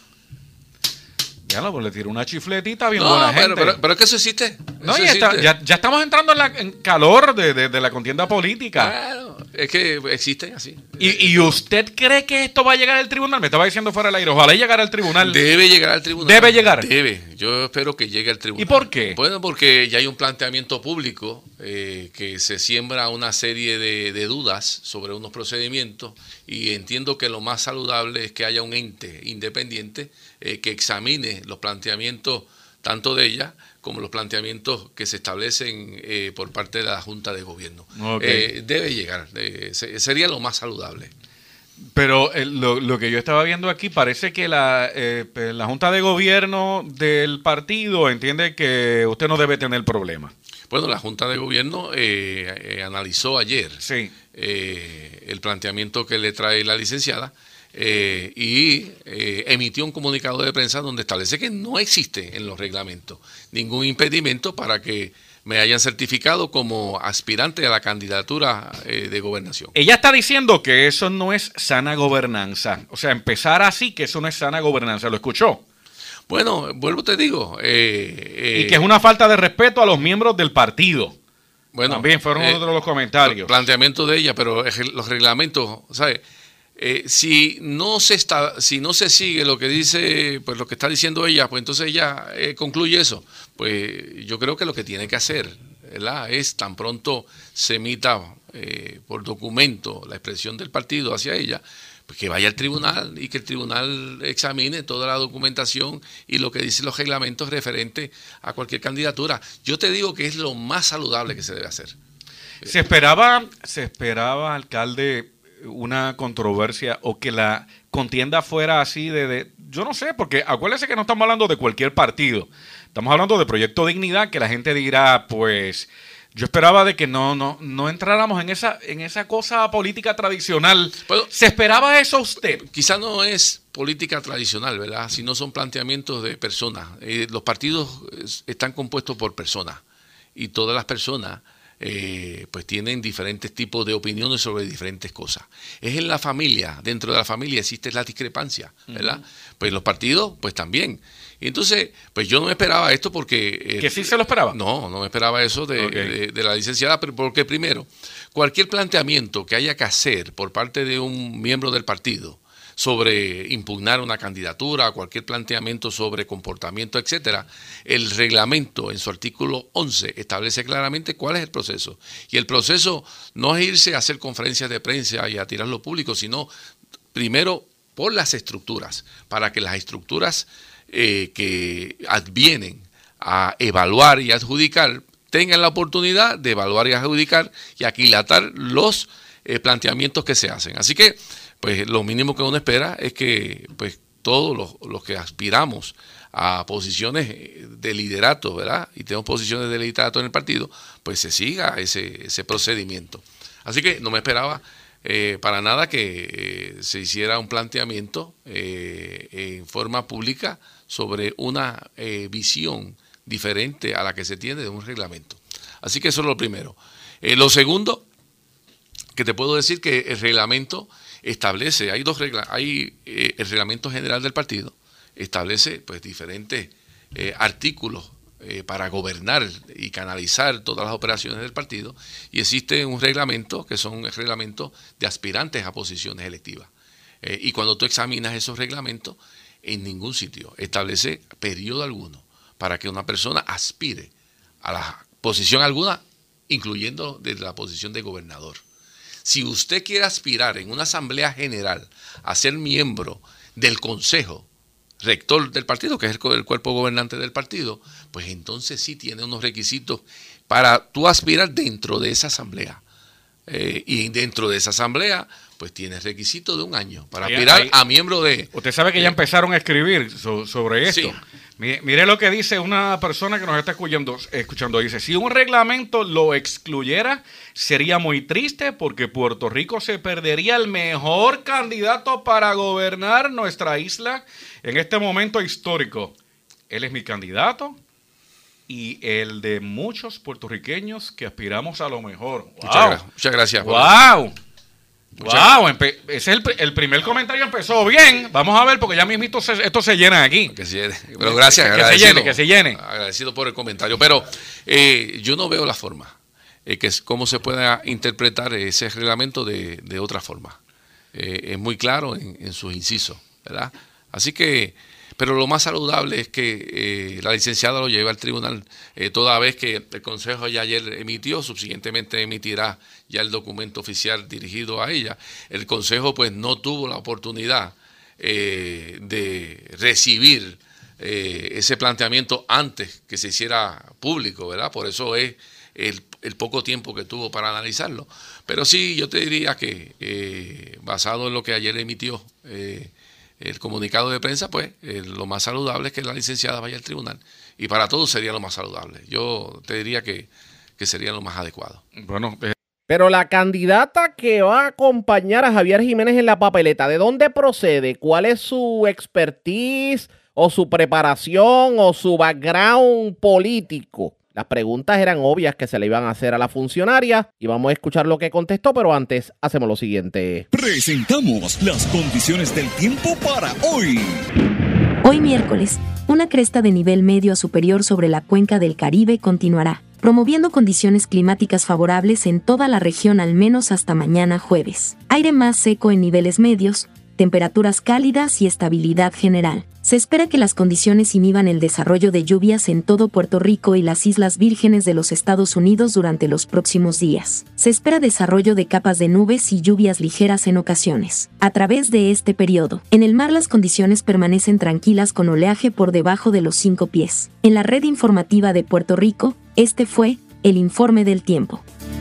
Ya no, pues le tiró una chifletita bien no, buena pero, gente. Pero, pero es que eso existe. No, eso ya, existe. Está, ya, ya estamos entrando en, la, en calor de, de, de la contienda política. Bueno, es que existen así. ¿Y, ¿Y usted cree que esto va a llegar al tribunal? Me estaba diciendo fuera del aire. Ojalá llegar al tribunal. Debe llegar al tribunal. Debe llegar. Debe. Yo espero que llegue al tribunal. ¿Y por qué? Bueno, porque ya hay un planteamiento público eh, que se siembra una serie de, de dudas sobre unos procedimientos y entiendo que lo más saludable es que haya un ente independiente eh, que examine los planteamientos tanto de ella como los planteamientos que se establecen eh, por parte de la Junta de Gobierno. Okay. Eh, debe llegar, eh, se, sería lo más saludable. Pero eh, lo, lo que yo estaba viendo aquí parece que la, eh, la Junta de Gobierno del partido entiende que usted no debe tener problema. Bueno, la Junta de Gobierno eh, eh, analizó ayer sí. eh, el planteamiento que le trae la licenciada eh, y eh, emitió un comunicado de prensa donde establece que no existe en los reglamentos ningún impedimento para que me hayan certificado como aspirante a la candidatura eh, de gobernación. Ella está diciendo que eso no es sana gobernanza. O sea, empezar así, que eso no es sana gobernanza. ¿Lo escuchó? Bueno, vuelvo te digo. Eh, eh, y que es una falta de respeto a los miembros del partido. Bueno, también fueron eh, otros los comentarios. Planteamiento de ella, pero los reglamentos, ¿sabes? Eh, si no se está, si no se sigue lo que dice, pues lo que está diciendo ella, pues entonces ella eh, concluye eso. Pues yo creo que lo que tiene que hacer, ¿verdad?, es tan pronto se emita eh, por documento la expresión del partido hacia ella, pues que vaya al tribunal y que el tribunal examine toda la documentación y lo que dicen los reglamentos referentes a cualquier candidatura. Yo te digo que es lo más saludable que se debe hacer. Se esperaba, se esperaba, alcalde, una controversia o que la contienda fuera así de, de, yo no sé, porque acuérdese que no estamos hablando de cualquier partido, estamos hablando de Proyecto Dignidad, que la gente dirá, pues, yo esperaba de que no, no, no entráramos en esa, en esa cosa política tradicional. Pero, ¿se esperaba eso usted? Quizá no es política tradicional, ¿verdad?, sino son planteamientos de personas. Eh, los partidos están compuestos por personas y todas las personas Eh, pues tienen diferentes tipos de opiniones sobre diferentes cosas. Es en la familia, dentro de la familia existe la discrepancia, ¿verdad? Uh-huh. Pues los partidos, pues también. Y entonces, pues yo no me esperaba esto porque... Eh, ¿Que sí se lo esperaba? No, no me esperaba eso de, okay. de, de la licenciada, pero porque primero, cualquier planteamiento que haya que hacer por parte de un miembro del partido sobre impugnar una candidatura, cualquier planteamiento sobre comportamiento, etcétera, el reglamento en su artículo once establece claramente cuál es el proceso. Y el proceso no es irse a hacer conferencias de prensa y a tirarlo público, sino primero por las estructuras, para que las estructuras eh, que advienen a evaluar y adjudicar tengan la oportunidad de evaluar y adjudicar y aquilatar los eh, planteamientos que se hacen. Así que pues lo mínimo que uno espera es que pues todos los, los que aspiramos a posiciones de liderato, ¿verdad?, y tenemos posiciones de liderato en el partido, pues se siga ese, ese procedimiento. Así que no me esperaba eh, para nada que eh, se hiciera un planteamiento eh, en forma pública sobre una eh, visión diferente a la que se tiene de un reglamento. Así que eso es lo primero. Eh, lo segundo, que te puedo decir que el reglamento establece, hay dos reglas, hay eh, el reglamento general del partido, establece pues diferentes eh, artículos eh, para gobernar y canalizar todas las operaciones del partido, y existe un reglamento que son reglamentos de aspirantes a posiciones electivas. Eh, y cuando tú examinas esos reglamentos, en ningún sitio establece periodo alguno para que una persona aspire a la posición alguna, incluyendo desde la posición de gobernador. Si usted quiere aspirar en una asamblea general a ser miembro del consejo rector del partido, que es el, el cuerpo gobernante del partido, pues entonces sí tiene unos requisitos para tú aspirar dentro de esa asamblea. Eh, y dentro de esa asamblea, pues tienes requisitos de un año para aspirar ahí, ahí, a miembro de... Usted sabe que eh, ya empezaron a escribir so, sobre esto. Sí. Mire, mire lo que dice una persona que nos está escuchando, escuchando. Dice, si un reglamento lo excluyera, sería muy triste porque Puerto Rico se perdería el mejor candidato para gobernar nuestra isla en este momento histórico. Él es mi candidato y el de muchos puertorriqueños que aspiramos a lo mejor. Wow. Muchas, gra muchas gracias. ¡Wow! Wow, ese es el, el primer comentario, empezó bien. Vamos a ver, porque ya mismito se, esto se llena aquí. Que se llene. Pero gracias, que, que se llene, que se llene. Agradecido por el comentario. Pero eh, yo no veo la forma, eh, que es cómo se pueda interpretar ese reglamento de, de otra forma. Eh, es muy claro en, en sus incisos, ¿verdad? Así que, pero lo más saludable es que eh, la licenciada lo lleve al tribunal, eh, toda vez que el Consejo ya ayer emitió, subsiguientemente emitirá ya el documento oficial dirigido a ella. El Consejo pues no tuvo la oportunidad eh, de recibir eh, ese planteamiento antes que se hiciera público, ¿verdad? Por eso es el, el poco tiempo que tuvo para analizarlo. Pero sí, yo te diría que eh, basado en lo que ayer emitió eh, el comunicado de prensa, pues eh, lo más saludable es que la licenciada vaya al tribunal. Y para todos sería lo más saludable. Yo te diría que, que sería lo más adecuado. Bueno, eh. Pero la candidata que va a acompañar a Javier Jiménez en la papeleta, ¿de dónde procede? ¿Cuál es su expertise o su preparación o su background político? Las preguntas eran obvias que se le iban a hacer a la funcionaria y vamos a escuchar lo que contestó, pero antes hacemos lo siguiente. Presentamos las condiciones del tiempo para hoy. Hoy miércoles, una cresta de nivel medio a superior sobre la cuenca del Caribe continuará, promoviendo condiciones climáticas favorables en toda la región al menos hasta mañana jueves. Aire más seco en niveles medios, temperaturas cálidas y estabilidad general. Se espera que las condiciones inhiban el desarrollo de lluvias en todo Puerto Rico y las Islas Vírgenes de los Estados Unidos durante los próximos días. Se espera desarrollo de capas de nubes y lluvias ligeras en ocasiones. A través de este periodo, en el mar las condiciones permanecen tranquilas con oleaje por debajo de los cinco pies. En la red informativa de Puerto Rico, este fue el informe del tiempo.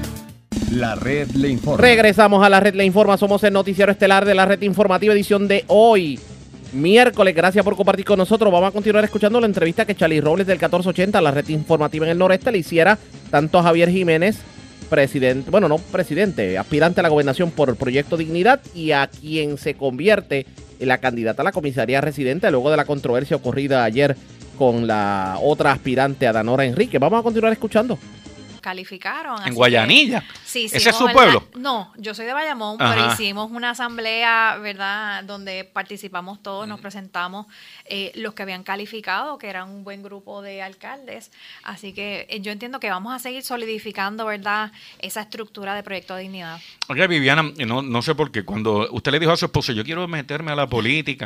La Red Le Informa. Regresamos a La Red Le Informa. Somos el noticiero estelar de La Red Informativa, edición de hoy, miércoles. Gracias por compartir con nosotros. Vamos a continuar escuchando la entrevista que Charlie Robles del catorce ochenta, La Red Informativa en el Noreste, le hiciera tanto a Javier Jiménez, presidente, bueno, no presidente, aspirante a la gobernación por Proyecto Dignidad, y a quien se convierte en la candidata a la comisaría residente luego de la controversia ocurrida ayer con la otra aspirante, Adanora Enrique. Vamos a continuar escuchando. Calificaron. En Guayanilla. Que, sí, ¿Ese es su pueblo? Una, no, yo soy de Bayamón, Ajá. pero hicimos una asamblea, ¿verdad?, donde participamos todos, nos presentamos eh, los que habían calificado, que eran un buen grupo de alcaldes. Así que eh, yo entiendo que vamos a seguir solidificando, ¿verdad?, esa estructura de Proyecto de Dignidad. Oye, Viviana, no, no sé por qué, cuando usted le dijo a su esposo, yo quiero meterme a la política,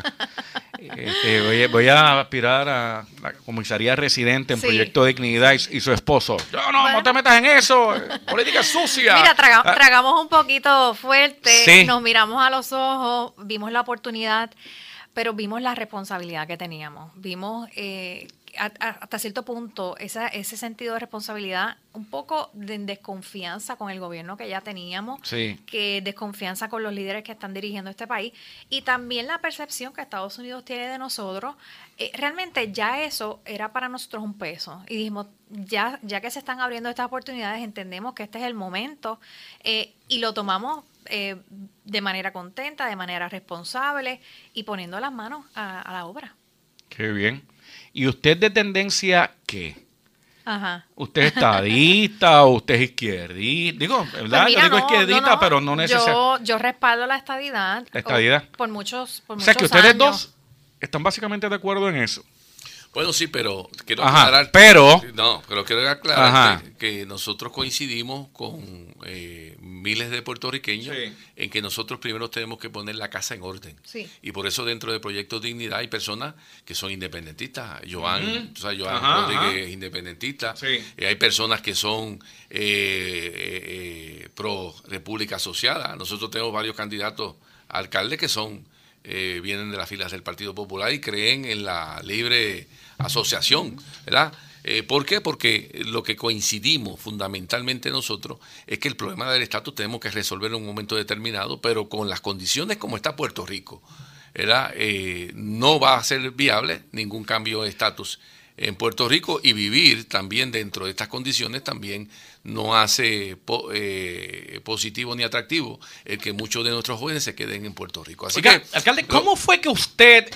este, voy, voy a aspirar a la comisaría residente en Sí. Proyecto de Dignidad, y, y su esposo, no, no, bueno, no te metas en eso, política sucia. Mira, traga, Ah, tragamos un poquito fuerte, Sí. nos miramos a los ojos, vimos la oportunidad, pero vimos la responsabilidad que teníamos. Vimos eh, a, a, hasta cierto punto esa, ese sentido de responsabilidad, un poco de desconfianza con el gobierno que ya teníamos, Sí. que desconfianza con los líderes que están dirigiendo este país, y también la percepción que Estados Unidos tiene de nosotros. Eh, realmente ya eso era para nosotros un peso, y dijimos, ya, ya que se están abriendo estas oportunidades, entendemos que este es el momento, eh, y lo tomamos eh, de manera contenta, de manera responsable, y poniendo las manos a, a la obra. Qué bien. ¿Y usted de tendencia qué? Ajá. ¿Usted es estadista o usted es izquierdista? Digo, ¿verdad? Pues mira, Yo digo no, izquierdista, no, no. pero no necesariamente. Yo, yo respaldo la estadidad. La estadidad. o- Por muchos, por O muchos sea, que ustedes años. dos están básicamente de acuerdo en eso. Bueno, sí, pero quiero Ajá, aclarar. pero- No, pero quiero aclarar Ajá. que, que nosotros coincidimos con eh, miles de puertorriqueños Sí. en que nosotros primero tenemos que poner la casa en orden. Sí. Y por eso dentro de Proyecto Dignidad hay personas que son independentistas. Joan, Ujú. tú sabes, Joan Ajá, Rodríguez ajá. es independentista. Sí. Eh, hay personas que son eh, eh, eh, pro República Asociada. Nosotros tenemos varios candidatos a alcaldes que son eh, vienen de las filas del Partido Popular y creen en la libre asociación, ¿verdad? Eh, ¿Por qué? Porque lo que coincidimos fundamentalmente nosotros es que el problema del estatus tenemos que resolverlo en un momento determinado, pero con las condiciones como está Puerto Rico, ¿verdad? Eh, no va a ser viable ningún cambio de estatus en Puerto Rico, y vivir también dentro de estas condiciones también no hace po, eh, positivo ni atractivo el que muchos de nuestros jóvenes se queden en Puerto Rico. Así Oiga, que, alcalde, ¿cómo fue que usted,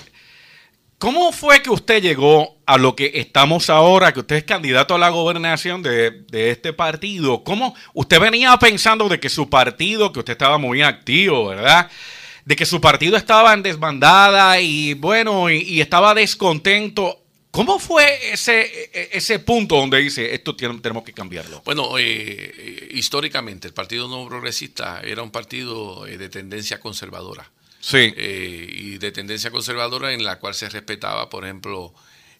cómo fue que usted llegó a lo que estamos ahora, que usted es candidato a la gobernación de, de este partido? ¿Cómo usted venía pensando de que su partido, que usted estaba muy activo, ¿verdad?, de que su partido estaba en desbandada y bueno, y, y estaba descontento? ¿Cómo fue ese, ese punto donde dice, esto tiene- tenemos que cambiarlo? Bueno, eh, eh, históricamente el Partido Nuevo Progresista era un partido eh, de tendencia conservadora. Sí. Eh, y de tendencia conservadora en la cual se respetaba, por ejemplo,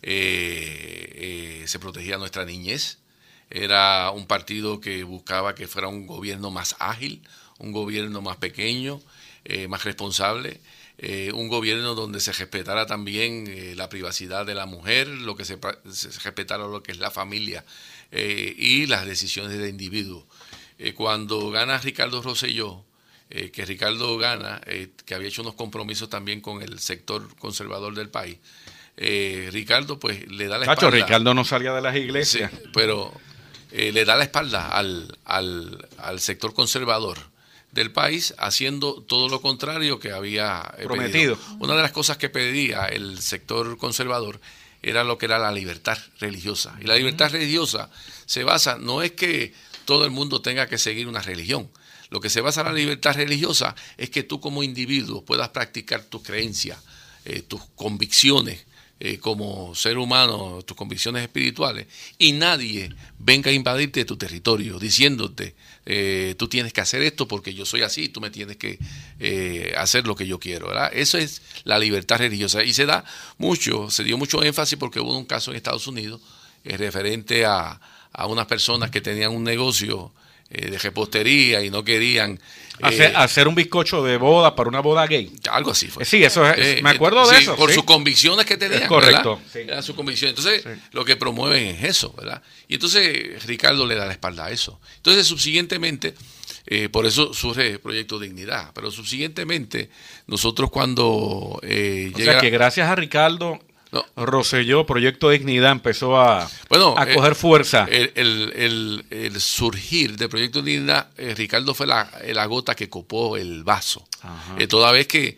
eh, eh, se protegía nuestra niñez. Era un partido que buscaba que fuera un gobierno más ágil, un gobierno más pequeño, eh, más responsable. Eh, un gobierno donde se respetara también eh, la privacidad de la mujer, lo que se, se respetara lo que es la familia eh, y las decisiones del individuo. Eh, cuando gana Ricardo Rosselló, eh, que Ricardo gana, eh, que había hecho unos compromisos también con el sector conservador del país, eh, Ricardo pues le da la Cacho, espalda. Ricardo no salía de las iglesias. Sí, pero eh, le da la espalda al, al, al sector conservador del país, haciendo todo lo contrario que había eh, Prometido. pedido. Una de las cosas que pedía el sector conservador era lo que era la libertad religiosa. Y la libertad religiosa se basa, no es que todo el mundo tenga que seguir una religión. Lo que se basa en la libertad religiosa es que tú como individuo puedas practicar tus creencias, eh, tus convicciones, eh, como ser humano, tus convicciones espirituales, y nadie venga a invadirte tu territorio diciéndote, eh, tú tienes que hacer esto porque yo soy así, tú me tienes que eh, hacer lo que yo quiero, ¿verdad? Eso es la libertad religiosa, y se da mucho, se dio mucho énfasis porque hubo un caso en Estados Unidos eh, referente a, a unas personas que tenían un negocio eh, de repostería y no querían hacer, eh, hacer un bizcocho de boda para una boda gay. Algo así fue. Sí, eso es, eh, me acuerdo de sí, eso. Por sí. sus convicciones que tenían. Es correcto. Sí. Era su convicción. Entonces, sí. Lo que promueven es eso, ¿verdad? Y entonces Ricardo le da la espalda a eso. Entonces, subsiguientemente, eh, por eso surge el Proyecto Dignidad. Pero subsiguientemente, nosotros cuando eh, o llega... sea, que gracias a Ricardo... No. Rosselló, Proyecto Dignidad empezó a, bueno, a coger eh, fuerza. El, el, el, el surgir de Proyecto Dignidad, eh, Ricardo fue la, la gota que copó el vaso. Eh, toda vez que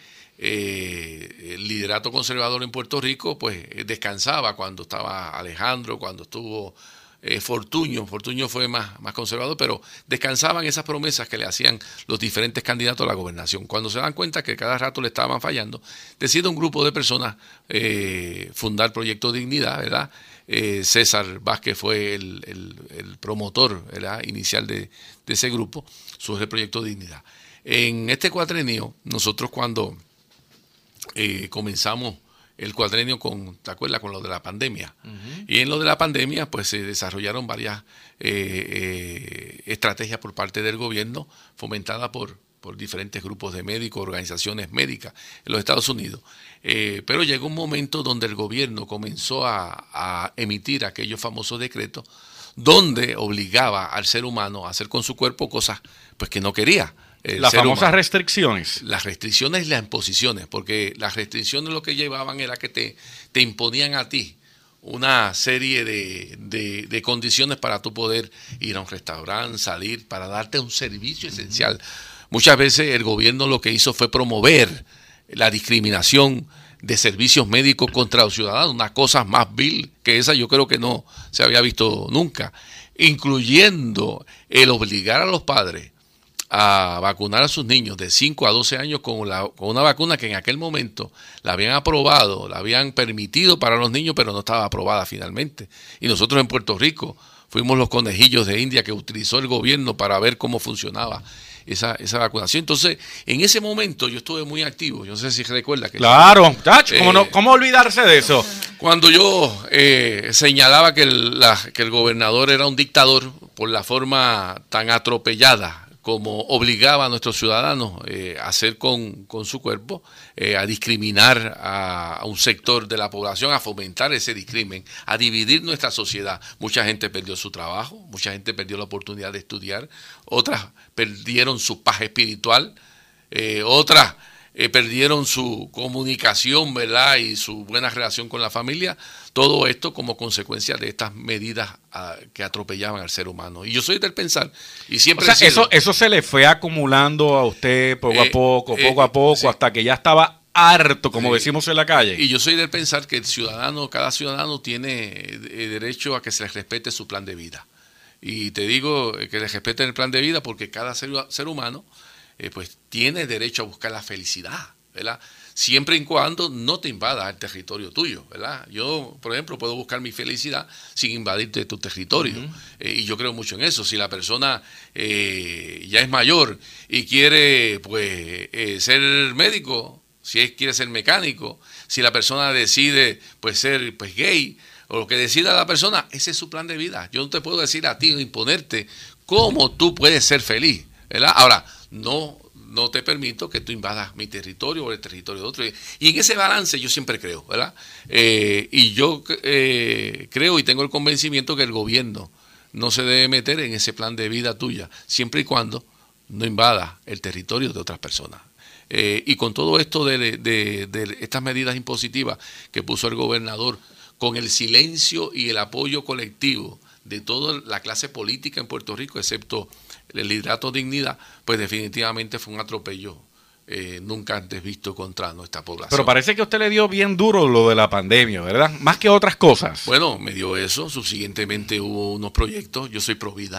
eh, el liderato conservador en Puerto Rico pues descansaba cuando estaba Alejandro, cuando estuvo eh, Fortuño. Fortuño fue más, más conservador, pero descansaban esas promesas que le hacían los diferentes candidatos a la gobernación. Cuando se dan cuenta que cada rato le estaban fallando, decide un grupo de personas eh, fundar Proyecto Dignidad, ¿verdad? Eh, César Vázquez fue el, el, el promotor, ¿verdad?, inicial de, de ese grupo, surge el Proyecto Dignidad. En este cuatrenio, nosotros cuando eh, comenzamos el cuatrenio con, ¿te acuerdas?, con lo de la pandemia. Uh-huh. Y en lo de la pandemia, pues se desarrollaron varias eh, eh, estrategias por parte del gobierno, fomentadas por, por diferentes grupos de médicos, organizaciones médicas en los Estados Unidos. Eh, pero llegó un momento donde el gobierno comenzó a, a emitir aquellos famosos decretos donde obligaba al ser humano a hacer con su cuerpo cosas pues que no quería. Las famosas humano. restricciones. Las restricciones y las imposiciones, porque las restricciones lo que llevaban era que te, te imponían a ti una serie de, de, de condiciones para tú poder ir a un restaurante, salir, para darte un servicio uh-huh. esencial. Muchas veces el gobierno lo que hizo fue promover la discriminación de servicios médicos contra los ciudadanos, una cosa más vil que esa yo creo que no se había visto nunca, incluyendo el obligar a los padres a vacunar a sus niños de cinco a doce años con, la, con una vacuna que en aquel momento la habían aprobado, la habían permitido para los niños, pero no estaba aprobada finalmente. Y nosotros en Puerto Rico fuimos los conejillos de India que utilizó el gobierno para ver cómo funcionaba esa, esa vacunación. Entonces, en ese momento yo estuve muy activo. Yo no sé si recuerda que... Claro, tacho, eh, ¿cómo, no, ¿cómo olvidarse de eso? Cuando yo eh, señalaba que el, la, que el gobernador era un dictador por la forma tan atropellada como obligaba a nuestros ciudadanos eh, a hacer con, con su cuerpo, eh, a discriminar a, a un sector de la población, a fomentar ese discrimen, a dividir nuestra sociedad. Mucha gente perdió su trabajo, mucha gente perdió la oportunidad de estudiar, otras perdieron su paz espiritual, eh, otras eh, perdieron su comunicación, ¿verdad?, y su buena relación con la familia. Todo esto como consecuencia de estas medidas uh, que atropellaban al ser humano. Y yo soy del pensar, y siempre... O sea, he sido, eso, eso se le fue acumulando a usted poco eh, a poco, eh, poco a poco, sí. hasta que ya estaba harto, como sí. decimos en la calle. Y yo soy del pensar que el ciudadano, cada ciudadano tiene eh, derecho a que se les respete su plan de vida. Y te digo que les respeten el plan de vida porque cada ser, ser humano eh, pues tiene derecho a buscar la felicidad, ¿verdad? Siempre y cuando no te invada el territorio tuyo, ¿verdad? Yo, por ejemplo, puedo buscar mi felicidad sin invadirte tu territorio. Uh-huh. eh, y yo creo mucho en eso. Si la persona eh, ya es mayor y quiere pues eh, ser médico, si es, quiere ser mecánico, si la persona decide pues ser pues gay, o lo que decida la persona, ese es su plan de vida. Yo no te puedo decir a ti, imponerte cómo tú puedes ser feliz, ¿verdad? Ahora, no... no te permito que tú invadas mi territorio o el territorio de otro. Y en ese balance yo siempre creo, ¿verdad? Eh, y yo eh, creo y tengo el convencimiento que el gobierno no se debe meter en ese plan de vida tuya, siempre y cuando no invada el territorio de otras personas. Eh, y con todo esto de, de, de estas medidas impositivas que puso el gobernador, con el silencio y el apoyo colectivo de toda la clase política en Puerto Rico, excepto el liderato Dignidad, pues definitivamente fue un atropello eh, nunca antes visto contra nuestra población. Pero parece que a usted le dio bien duro lo de la pandemia, ¿verdad? Más que otras cosas. Bueno, me dio eso. Subsiguientemente hubo unos proyectos. Yo soy pro vida.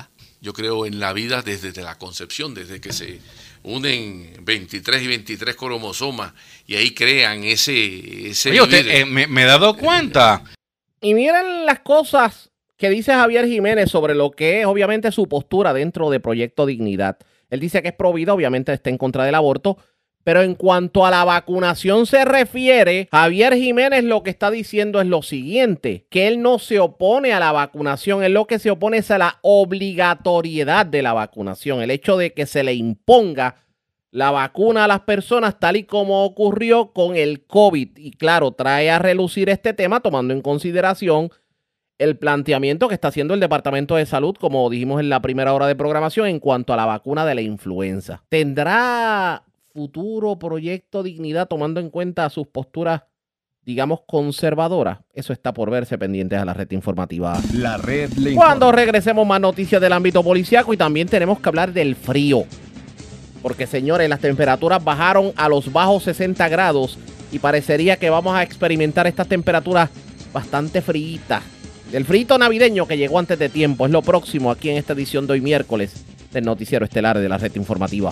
yo creo, en la vida desde la concepción, desde que se unen veintitrés y veintitrés cromosomas y ahí crean ese... ese Oye, usted, eh, me, me he dado cuenta. Y miren las cosas que dice Javier Jiménez sobre lo que es obviamente su postura dentro de Proyecto Dignidad. Él dice que es pro vida, obviamente está en contra del aborto, pero en cuanto a la vacunación se refiere, Javier Jiménez lo que está diciendo es lo siguiente, que él no se opone a la vacunación, él lo que se opone es a la obligatoriedad de la vacunación, el hecho de que se le imponga la vacuna a las personas tal y como ocurrió con el COVID. Y claro, trae a relucir este tema tomando en consideración el planteamiento que está haciendo el Departamento de Salud, como dijimos en la primera hora de programación, en cuanto a la vacuna de la influenza. ¿Tendrá futuro Proyecto Dignidad tomando en cuenta sus posturas, digamos, conservadoras? Eso está por verse, pendientes a la red informativa. La red le Cuando regresemos, más noticias del ámbito policiaco y también tenemos que hablar del frío. Porque, señores, las temperaturas bajaron a los bajos sesenta grados y parecería que vamos a experimentar estas temperaturas bastante fríitas. El frito navideño que llegó antes de tiempo es lo próximo aquí en esta edición de hoy miércoles del noticiero estelar de la red informativa.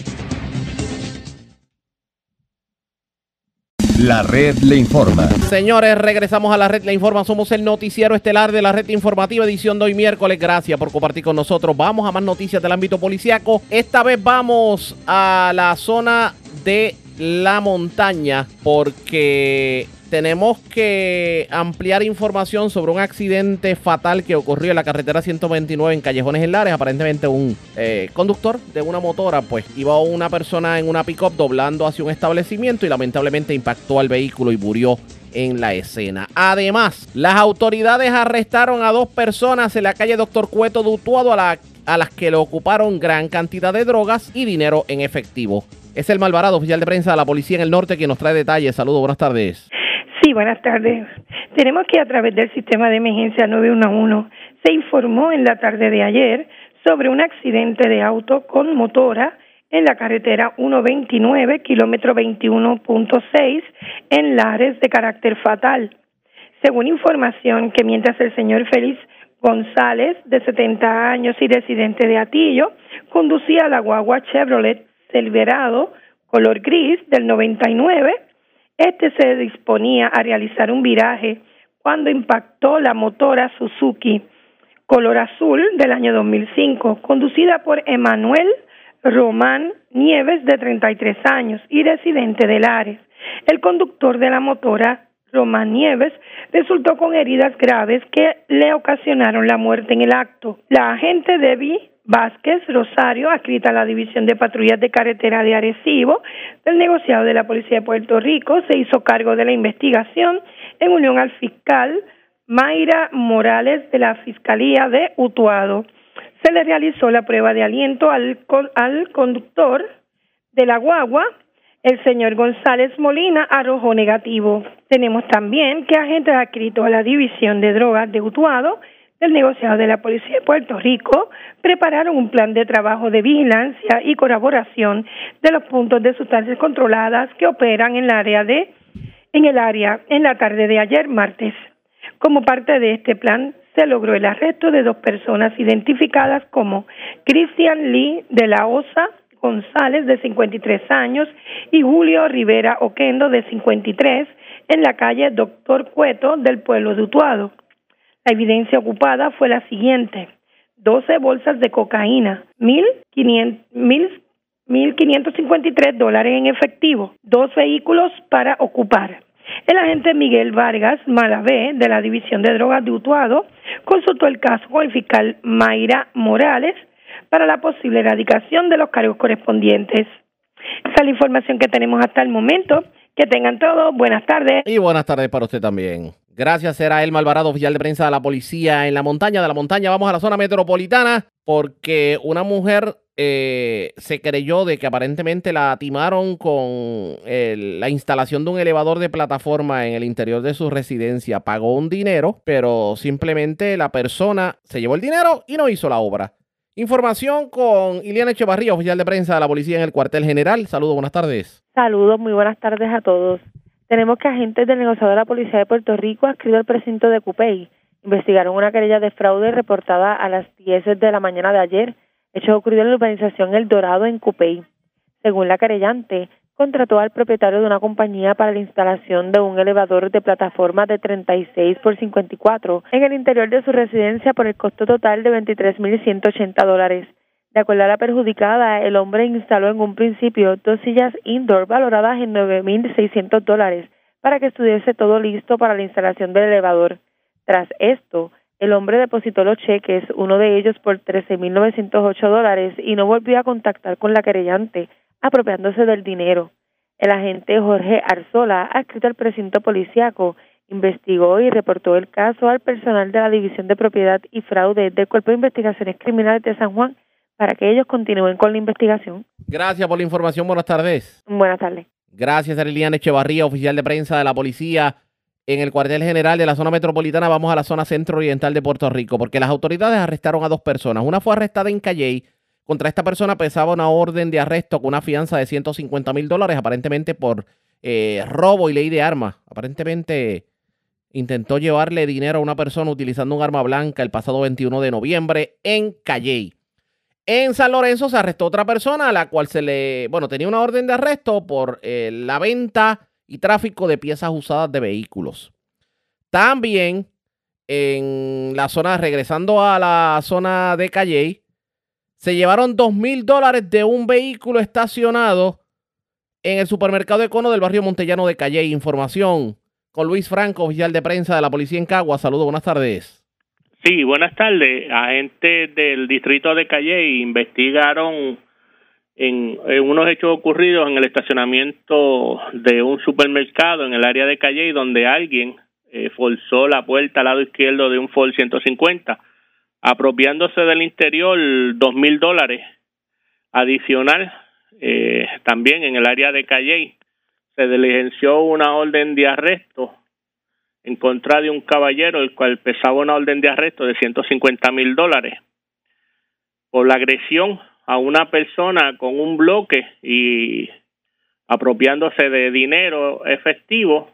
La red le informa. Señores, regresamos a la red le informa. Somos el noticiero estelar de la red informativa, edición de hoy miércoles. Gracias por compartir con nosotros. Vamos a más noticias del ámbito policiaco. Esta vez vamos a la zona de la montaña porque tenemos que ampliar información sobre un accidente fatal que ocurrió en la carretera ciento veintinueve en Callejones en Lares. Aparentemente un eh, conductor de una motora, pues iba una persona en una pick-up doblando hacia un establecimiento y lamentablemente impactó al vehículo y murió en la escena. Además, las autoridades arrestaron a dos personas en la calle Doctor Cueto de Utuado a, la, a las que le ocuparon gran cantidad de drogas y dinero en efectivo. Es el Alvarado, oficial de prensa de la policía en el norte, quien nos trae detalles. Saludos, buenas tardes. Sí, buenas tardes. Tenemos que a través del sistema de emergencia nueve uno uno se informó en la tarde de ayer sobre un accidente de auto con motora en la carretera ciento veintinueve, kilómetro veintiuno punto seis, en Lares, de carácter fatal. Según información que mientras el señor Félix González, de setenta años y residente de Atillo, conducía la guagua Chevrolet Silverado color gris del noventa y nueve, este se disponía a realizar un viraje cuando impactó la motora Suzuki color azul del año dos mil cinco, conducida por Emanuel Román Nieves, de treinta y tres años y residente de Lares. El conductor de la motora, Román Nieves, resultó con heridas graves que le ocasionaron la muerte en el acto. La agente Debbie Vázquez Rosario, adscrita a la División de Patrullas de Carretera de Arecibo del negociado de la Policía de Puerto Rico, se hizo cargo de la investigación en unión al fiscal Mayra Morales de la Fiscalía de Utuado. Se le realizó la prueba de aliento al, al conductor de la guagua. El señor González Molina arrojó negativo. Tenemos también que agentes adscritos a la División de Drogas de Utuado del negociado de la Policía de Puerto Rico prepararon un plan de trabajo de vigilancia y colaboración de los puntos de sustancias controladas que operan en el área de en el área en la tarde de ayer martes. Como parte de este plan se logró el arresto de dos personas identificadas como Cristian Lee de la Osa González, de cincuenta y tres años, y Julio Rivera Oquendo, de cincuenta y tres, en la calle Doctor Cueto del pueblo de Utuado. La evidencia ocupada fue la siguiente: doce bolsas de cocaína, mil quinientos cincuenta y tres dólares en efectivo, dos vehículos para ocupar. El agente Miguel Vargas Malavé, de la División de Drogas de Utuado, consultó el caso con el fiscal Mayra Morales para la posible erradicación de los cargos correspondientes. Esa es la información que tenemos hasta el momento. Que tengan todos buenas tardes. Y buenas tardes para usted también. Gracias, era Elma Alvarado, oficial de prensa de la policía en la montaña. De la montaña vamos a la zona metropolitana porque una mujer eh, se creyó de que aparentemente la timaron con el, la instalación de un elevador de plataforma en el interior de su residencia. Pagó un dinero, pero simplemente la persona se llevó el dinero y no hizo la obra. Información con Iliana Echevarría, oficial de prensa de la policía en el cuartel general. Saludos, buenas tardes. Saludos, muy buenas tardes a todos. Tenemos que agentes del negociado de la Policía de Puerto Rico, adscrito al precinto de Cupey, investigaron una querella de fraude reportada a las diez de la mañana de ayer, hecho ocurrido en la urbanización El Dorado en Cupey. Según la querellante, contrató al propietario de una compañía para la instalación de un elevador de plataforma de treinta y seis por cincuenta y cuatro en el interior de su residencia por el costo total de veintitrés mil ciento ochenta dólares. De acuerdo a la perjudicada, el hombre instaló en un principio dos sillas indoor valoradas en nueve mil seiscientos dólares para que estuviese todo listo para la instalación del elevador. Tras esto, el hombre depositó los cheques, uno de ellos por trece mil novecientos ocho dólares, y no volvió a contactar con la querellante, apropiándose del dinero. El agente Jorge Arzola, adscrito al precinto policiaco, investigó y reportó el caso al personal de la División de Propiedad y Fraude del Cuerpo de Investigaciones Criminales de San Juan para que ellos continúen con la investigación. Gracias por la información. Buenas tardes. Buenas tardes. Gracias a Liliana Echevarría, oficial de prensa de la policía en el cuartel general de la zona metropolitana. Vamos a la zona centro-oriental de Puerto Rico porque las autoridades arrestaron a dos personas. Una fue arrestada en Calley. Contra esta persona pesaba una orden de arresto con una fianza de ciento cincuenta mil dólares, aparentemente por eh, robo y ley de armas. Aparentemente intentó llevarle dinero a una persona utilizando un arma blanca el pasado veintiuno de noviembre en Calley. En San Lorenzo se arrestó otra persona a la cual se le, bueno, tenía una orden de arresto por eh, la venta y tráfico de piezas usadas de vehículos. También en la zona, regresando a la zona de Calley, se llevaron dos mil dólares de un vehículo estacionado en el supermercado Econo del barrio Montellano de Calley. Información con Luis Franco, oficial de prensa de la policía en Caguas. Saludos, buenas tardes. Sí, buenas tardes. Agentes del distrito de Calley investigaron en, en unos hechos ocurridos en el estacionamiento de un supermercado en el área de Calley, donde alguien eh, forzó la puerta al lado izquierdo de un Ford ciento cincuenta. Apropiándose del interior dos mil dólares. Adicional, eh, también en el área de Calley se diligenció una orden de arresto en contra de un caballero, el cual pesaba una orden de arresto de ciento cincuenta mil dólares por la agresión a una persona con un bloque y apropiándose de dinero efectivo.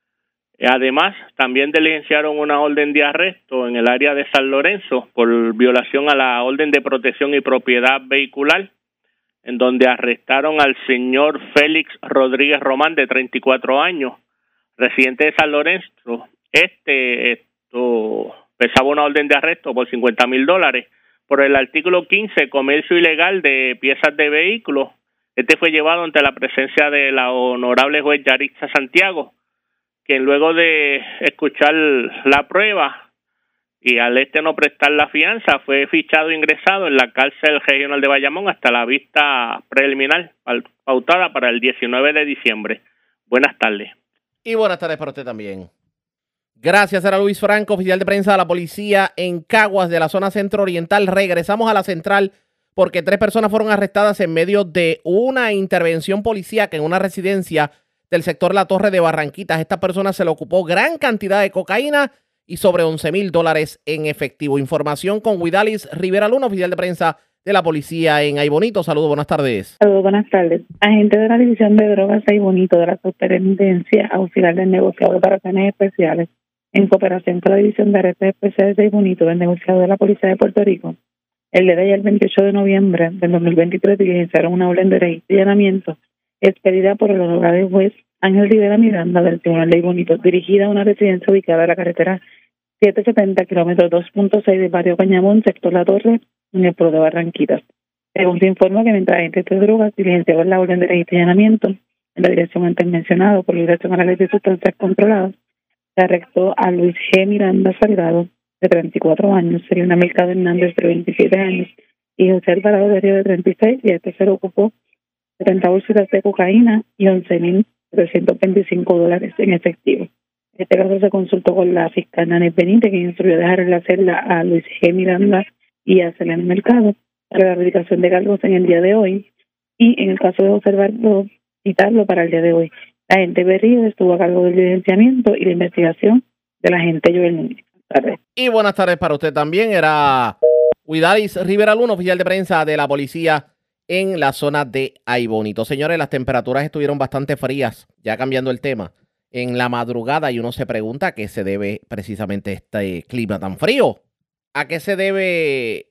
Además, también diligenciaron una orden de arresto en el área de San Lorenzo por violación a la orden de protección y propiedad vehicular, en donde arrestaron al señor Félix Rodríguez Román, de treinta y cuatro años, residente de San Lorenzo. Este esto pesaba una orden de arresto por cincuenta mil dólares por el artículo quince, comercio ilegal de piezas de vehículos. Este fue llevado ante la presencia de la honorable juez Yaritza Santiago, quien luego de escuchar la prueba y al este no prestar la fianza, fue fichado e ingresado en la cárcel regional de Bayamón hasta la vista preliminar pautada para el diecinueve de diciembre. Buenas tardes. Y buenas tardes para usted también. Gracias, era Luis Franco, oficial de prensa de la policía en Caguas, de la zona centro-oriental. Regresamos a la central porque tres personas fueron arrestadas en medio de una intervención policíaca en una residencia del sector La Torre de Barranquitas. Esta persona se le ocupó gran cantidad de cocaína y sobre once mil dólares en efectivo. Información con Guidalis Rivera Luna, oficial de prensa de la policía en Ay Bonito. Saludos, buenas tardes. Saludos, buenas tardes. Agente de la División de Drogas Ay Bonito de la Superintendencia Auxiliar del Negociado de Operaciones Especiales, en cooperación con la División de Arrestos Especiales de Ay Bonito del Negociado de la Policía de Puerto Rico, el día de ayer, veintiocho de noviembre del dos mil veintitrés, diligenciaron una orden de registro y allanamiento expedida por el honorable juez Ángel Rivera Miranda del Tribunal de Ay Bonito, dirigida a una residencia ubicada en la carretera setecientos setenta, kilómetro dos punto seis del barrio Cañamón, sector La Torre, en el pueblo de Barranquitas. Según se informa que mientras agentes de drogas diligenciaban la orden de registro y allanamiento en la dirección antes mencionado por violación a la ley de sustancias controladas, se arrestó a Luis G. Miranda Salgado, de treinta y cuatro años, Serena Mercado Hernández, de veintisiete años, y José Alvarado de Río, de treinta y seis, y a este se le ocupó setenta bolsitas de cocaína y once mil trescientos veinticinco dólares en efectivo. Este caso se consultó con la fiscal Nanette Benítez, quien instruyó dejar en la celda a Luis G. Miranda y a Selena Mercado para la erradicación de cargos en el día de hoy, y en el caso de observarlo, citarlo para el día de hoy. La agente Berrío estuvo a cargo del diligenciamiento y la investigación de la agente Joel Núñez. Y buenas tardes para usted también. Era Guidalis Rivera Luna, oficial de prensa de la policía en la zona de Ay Bonito. Señores, las temperaturas estuvieron bastante frías, ya cambiando el tema, en la madrugada y uno se pregunta a qué se debe precisamente este clima tan frío. ¿A qué se debe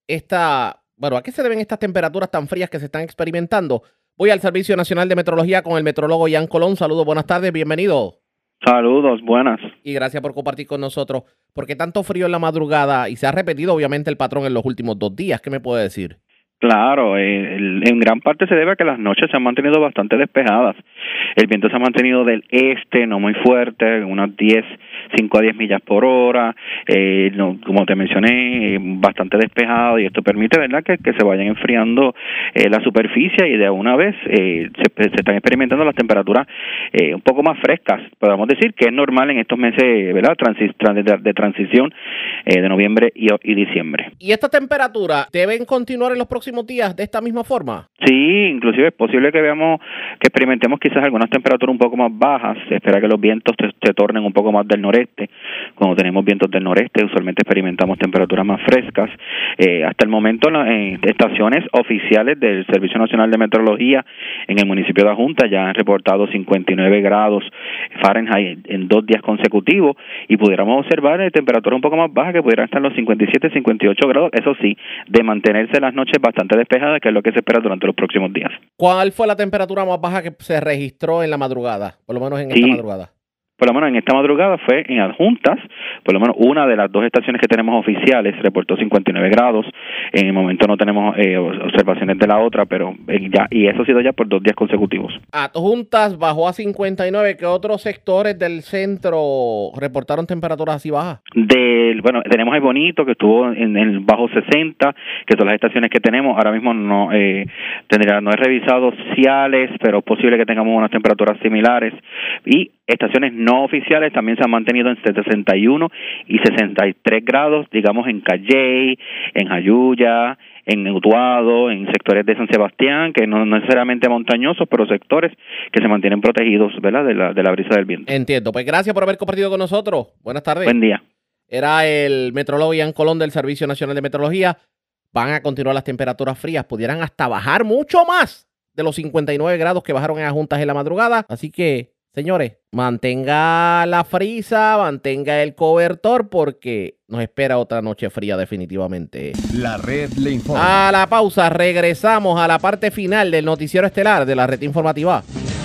esta, bueno, a qué se deben estas temperaturas tan frías que se están experimentando? Voy al Servicio Nacional de Meteorología con el metrólogo Ian Colón. Saludos, buenas tardes, bienvenido. Saludos, buenas. Y gracias por compartir con nosotros. ¿Por qué tanto frío en la madrugada? Y se ha repetido obviamente el patrón en los últimos dos días. ¿Qué me puede decir? Claro, eh, el, en gran parte se debe a que las noches se han mantenido bastante despejadas. El viento se ha mantenido del este, no muy fuerte, unas diez, cinco a diez millas por hora, eh, no, como te mencioné, eh, bastante despejado, y esto permite, ¿verdad?, que, que se vayan enfriando eh, la superficie, y de una vez eh, se, se están experimentando las temperaturas eh, un poco más frescas. Podemos decir que es normal en estos meses, ¿verdad?, Transi- de, de transición eh, de noviembre y, y diciembre. ¿Y estas temperaturas deben continuar en los próximos días de esta misma forma? Sí, inclusive es posible que veamos, que experimentemos quizás algunas temperaturas un poco más bajas. Se espera que los vientos se, se tornen un poco más del noreste. Cuando tenemos vientos del noreste, usualmente experimentamos temperaturas más frescas. Eh, hasta el momento, las eh, estaciones oficiales del Servicio Nacional de Meteorología en el municipio de Adjuntas ya han reportado cincuenta y nueve grados Fahrenheit en dos días consecutivos, y pudiéramos observar eh, temperaturas un poco más bajas que pudieran estar en los cincuenta y siete, cincuenta y ocho grados. Eso sí, de mantenerse las noches bastante despejada, que es lo que se espera durante los próximos días. ¿Cuál fue la temperatura más baja que se registró en la madrugada? Por lo menos en esta sí, madrugada. Por lo menos en esta madrugada fue en Adjuntas, por lo menos una de las dos estaciones que tenemos oficiales reportó cincuenta y nueve grados. En el momento no tenemos eh, observaciones de la otra, pero eh, ya, y eso ha sido ya por dos días consecutivos. Adjuntas bajó a cincuenta y nueve. ¿Qué otros sectores del centro reportaron temperaturas así bajas? Del, bueno, tenemos el Bonito, que estuvo en el bajo sesenta, que son las estaciones que tenemos. Ahora mismo no eh, tendría, no he revisado Ciales, pero es posible que tengamos unas temperaturas similares. Y estaciones no oficiales también se han mantenido en sesenta y uno y sesenta y tres grados, digamos en Calley, en Jayuya, en Utuado, en sectores de San Sebastián, que no necesariamente montañosos, pero sectores que se mantienen protegidos, ¿verdad?, de la, de la brisa del viento. Entiendo. Pues gracias por haber compartido con nosotros. Buenas tardes. Buen día. Era el metrólogo Ian Colón del Servicio Nacional de Meteorología. Van a continuar las temperaturas frías, pudieran hasta bajar mucho más de los cincuenta y nueve grados que bajaron en Adjuntas en la madrugada. Así que, señores, mantenga la frisa, mantenga el cobertor, porque nos espera otra noche fría definitivamente. La red le informa. A la pausa, regresamos a la parte final del noticiero estelar de la red informativa.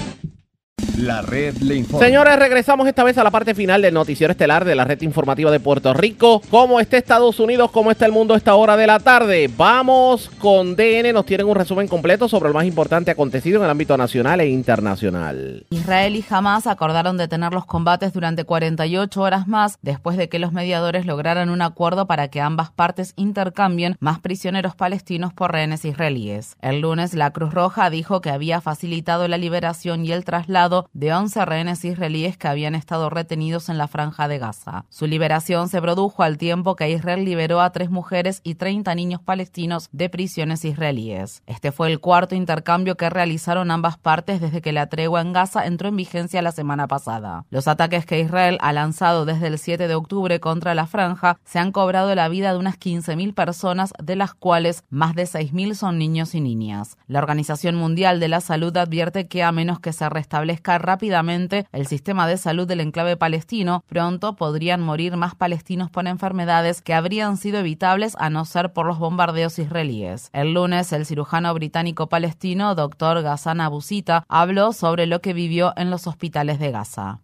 La red le informa. Señores, regresamos esta vez a la parte final del noticiero estelar de la red informativa de Puerto Rico. ¿Cómo está Estados Unidos? ¿Cómo está el mundo a esta hora de la tarde? Vamos con D N. Nos tienen un resumen completo sobre lo más importante acontecido en el ámbito nacional e internacional. Israel y Hamas acordaron detener los combates durante cuarenta y ocho horas más después de que los mediadores lograran un acuerdo para que ambas partes intercambien más prisioneros palestinos por rehenes israelíes. El lunes, la Cruz Roja dijo que había facilitado la liberación y el traslado de once rehenes israelíes que habían estado retenidos en la Franja de Gaza. Su liberación se produjo al tiempo que Israel liberó a tres mujeres y treinta niños palestinos de prisiones israelíes. Este fue el cuarto intercambio que realizaron ambas partes desde que la tregua en Gaza entró en vigencia la semana pasada. Los ataques que Israel ha lanzado desde el siete de octubre contra la Franja se han cobrado la vida de unas quince mil personas, de las cuales más de seis mil son niños y niñas. La Organización Mundial de la Salud advierte que a menos que se restablezca rápidamente el sistema de salud del enclave palestino, pronto podrían morir más palestinos por enfermedades que habrían sido evitables a no ser por los bombardeos israelíes. El lunes, el cirujano británico palestino doctor Ghassan Abu Sita habló sobre lo que vivió en los hospitales de Gaza.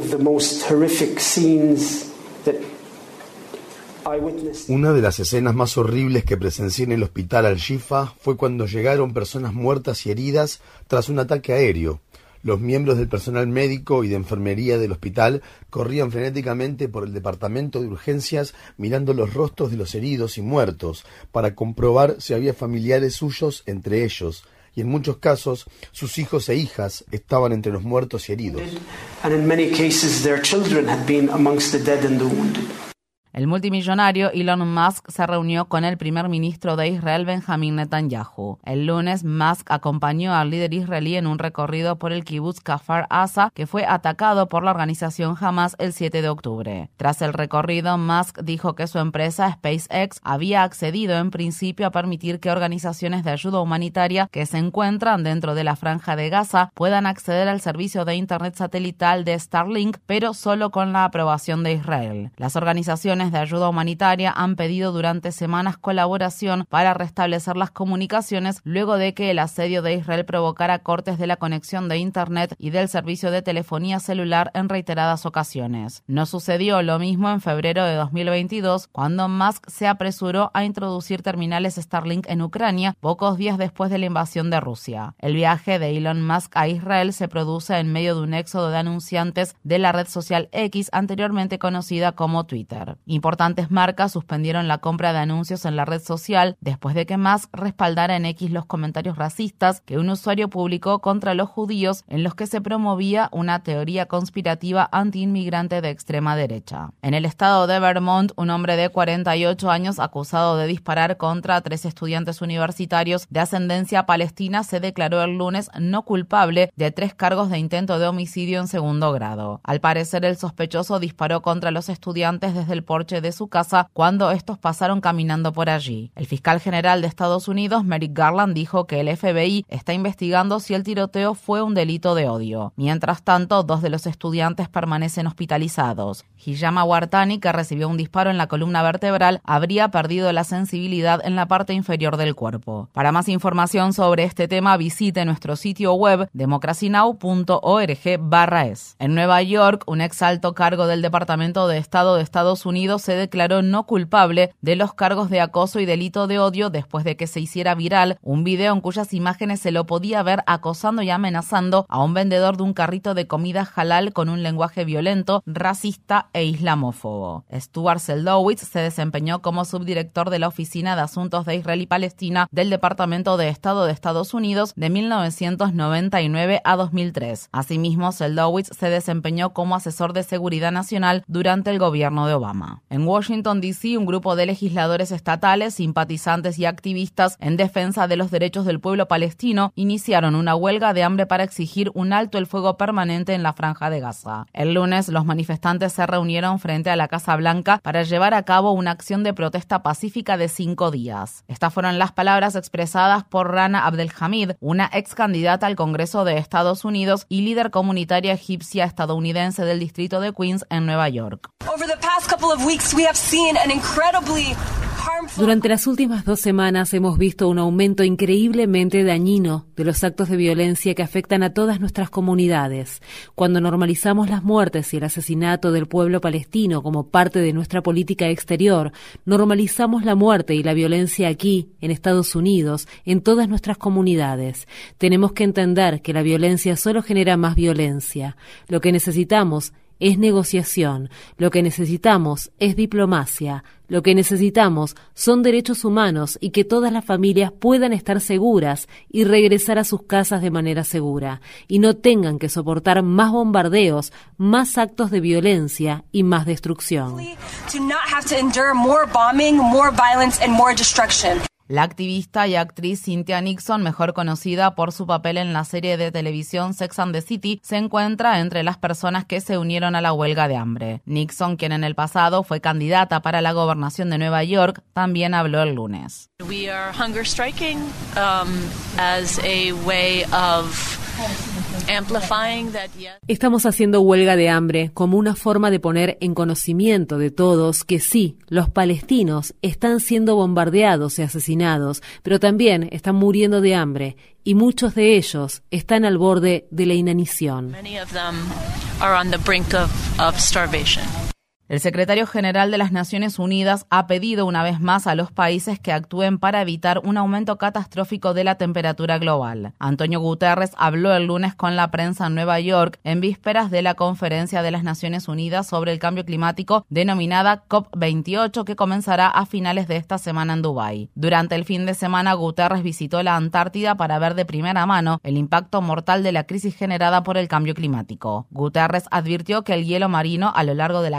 Una de las escenas más horribles que presencié en el hospital Al-Shifa fue cuando llegaron personas muertas y heridas tras un ataque aéreo. Los miembros del personal médico y de enfermería del hospital corrían frenéticamente por el departamento de urgencias mirando los rostros de los heridos y muertos para comprobar si había familiares suyos entre ellos, y en muchos casos sus hijos e hijas estaban entre los muertos y heridos. El multimillonario Elon Musk se reunió con el primer ministro de Israel, Benjamin Netanyahu. El lunes, Musk acompañó al líder israelí en un recorrido por el kibutz Kfar Aza, que fue atacado por la organización Hamas el siete de octubre. Tras el recorrido, Musk dijo que su empresa SpaceX había accedido en principio a permitir que organizaciones de ayuda humanitaria que se encuentran dentro de la franja de Gaza puedan acceder al servicio de internet satelital de Starlink, pero solo con la aprobación de Israel. Las organizaciones de ayuda humanitaria han pedido durante semanas colaboración para restablecer las comunicaciones luego de que el asedio de Israel provocara cortes de la conexión de internet y del servicio de telefonía celular en reiteradas ocasiones. No sucedió lo mismo en febrero de dos mil veintidós, cuando Musk se apresuró a introducir terminales Starlink en Ucrania pocos días después de la invasión de Rusia. El viaje de Elon Musk a Israel se produce en medio de un éxodo de anunciantes de la red social X, anteriormente conocida como Twitter. Importantes marcas suspendieron la compra de anuncios en la red social después de que Musk respaldara en X los comentarios racistas que un usuario publicó contra los judíos, en los que se promovía una teoría conspirativa antiinmigrante de extrema derecha. En el estado de Vermont, un hombre de cuarenta y ocho años acusado de disparar contra tres estudiantes universitarios de ascendencia palestina se declaró el lunes no culpable de tres cargos de intento de homicidio en segundo grado. Al parecer, el sospechoso disparó contra los estudiantes desde el porche de su casa cuando estos pasaron caminando por allí. El fiscal general de Estados Unidos, Merrick Garland, dijo que el F B I está investigando si el tiroteo fue un delito de odio. Mientras tanto, dos de los estudiantes permanecen hospitalizados. Hiyama Wartani, que recibió un disparo en la columna vertebral, habría perdido la sensibilidad en la parte inferior del cuerpo. Para más información sobre este tema, visite nuestro sitio web democracy now punto org barra es. En Nueva York, un ex alto cargo del Departamento de Estado de Estados Unidos se declaró no culpable de los cargos de acoso y delito de odio después de que se hiciera viral un video en cuyas imágenes se lo podía ver acosando y amenazando a un vendedor de un carrito de comida halal con un lenguaje violento, racista e islamófobo. Stuart Seldowitz se desempeñó como subdirector de la Oficina de Asuntos de Israel y Palestina del Departamento de Estado de Estados Unidos de mil novecientos noventa y nueve a dos mil tres. Asimismo, Seldowitz se desempeñó como asesor de seguridad nacional durante el gobierno de Obama. En Washington, D C, un grupo de legisladores estatales, simpatizantes y activistas en defensa de los derechos del pueblo palestino iniciaron una huelga de hambre para exigir un alto el fuego permanente en la franja de Gaza. El lunes, los manifestantes se reunieron frente a la Casa Blanca para llevar a cabo una acción de protesta pacífica de cinco días. Estas fueron las palabras expresadas por Rana Abdelhamid, una ex candidata al Congreso de Estados Unidos y líder comunitaria egipcia estadounidense del distrito de Queens en Nueva York. Durante las últimas dos semanas hemos visto un aumento increíblemente dañino de los actos de violencia que afectan a todas nuestras comunidades. Cuando normalizamos las muertes y el asesinato del pueblo palestino como parte de nuestra política exterior, normalizamos la muerte y la violencia aquí, en Estados Unidos, en todas nuestras comunidades. Tenemos que entender que la violencia solo genera más violencia. Lo que necesitamos es negociación, lo que necesitamos es diplomacia, lo que necesitamos son derechos humanos y que todas las familias puedan estar seguras y regresar a sus casas de manera segura y no tengan que soportar más bombardeos, más actos de violencia y más destrucción. La activista y actriz Cynthia Nixon, mejor conocida por su papel en la serie de televisión Sex and the City, se encuentra entre las personas que se unieron a la huelga de hambre. Nixon, quien en el pasado fue candidata para la gobernación de Nueva York, también habló el lunes. We are hunger striking um, as a way of Estamos haciendo huelga de hambre como una forma de poner en conocimiento de todos que sí, los palestinos están siendo bombardeados y asesinados, pero también están muriendo de hambre y muchos de ellos están al borde de la inanición. Many of them are on the brink of, of starvation. El secretario general de las Naciones Unidas ha pedido una vez más a los países que actúen para evitar un aumento catastrófico de la temperatura global. Antonio Guterres habló el lunes con la prensa en Nueva York en vísperas de la conferencia de las Naciones Unidas sobre el cambio climático denominada COP veintiocho, que comenzará a finales de esta semana en Dubái. Durante el fin de semana, Guterres visitó la Antártida para ver de primera mano el impacto mortal de la crisis generada por el cambio climático. Guterres advirtió que el hielo marino a lo largo de la costa de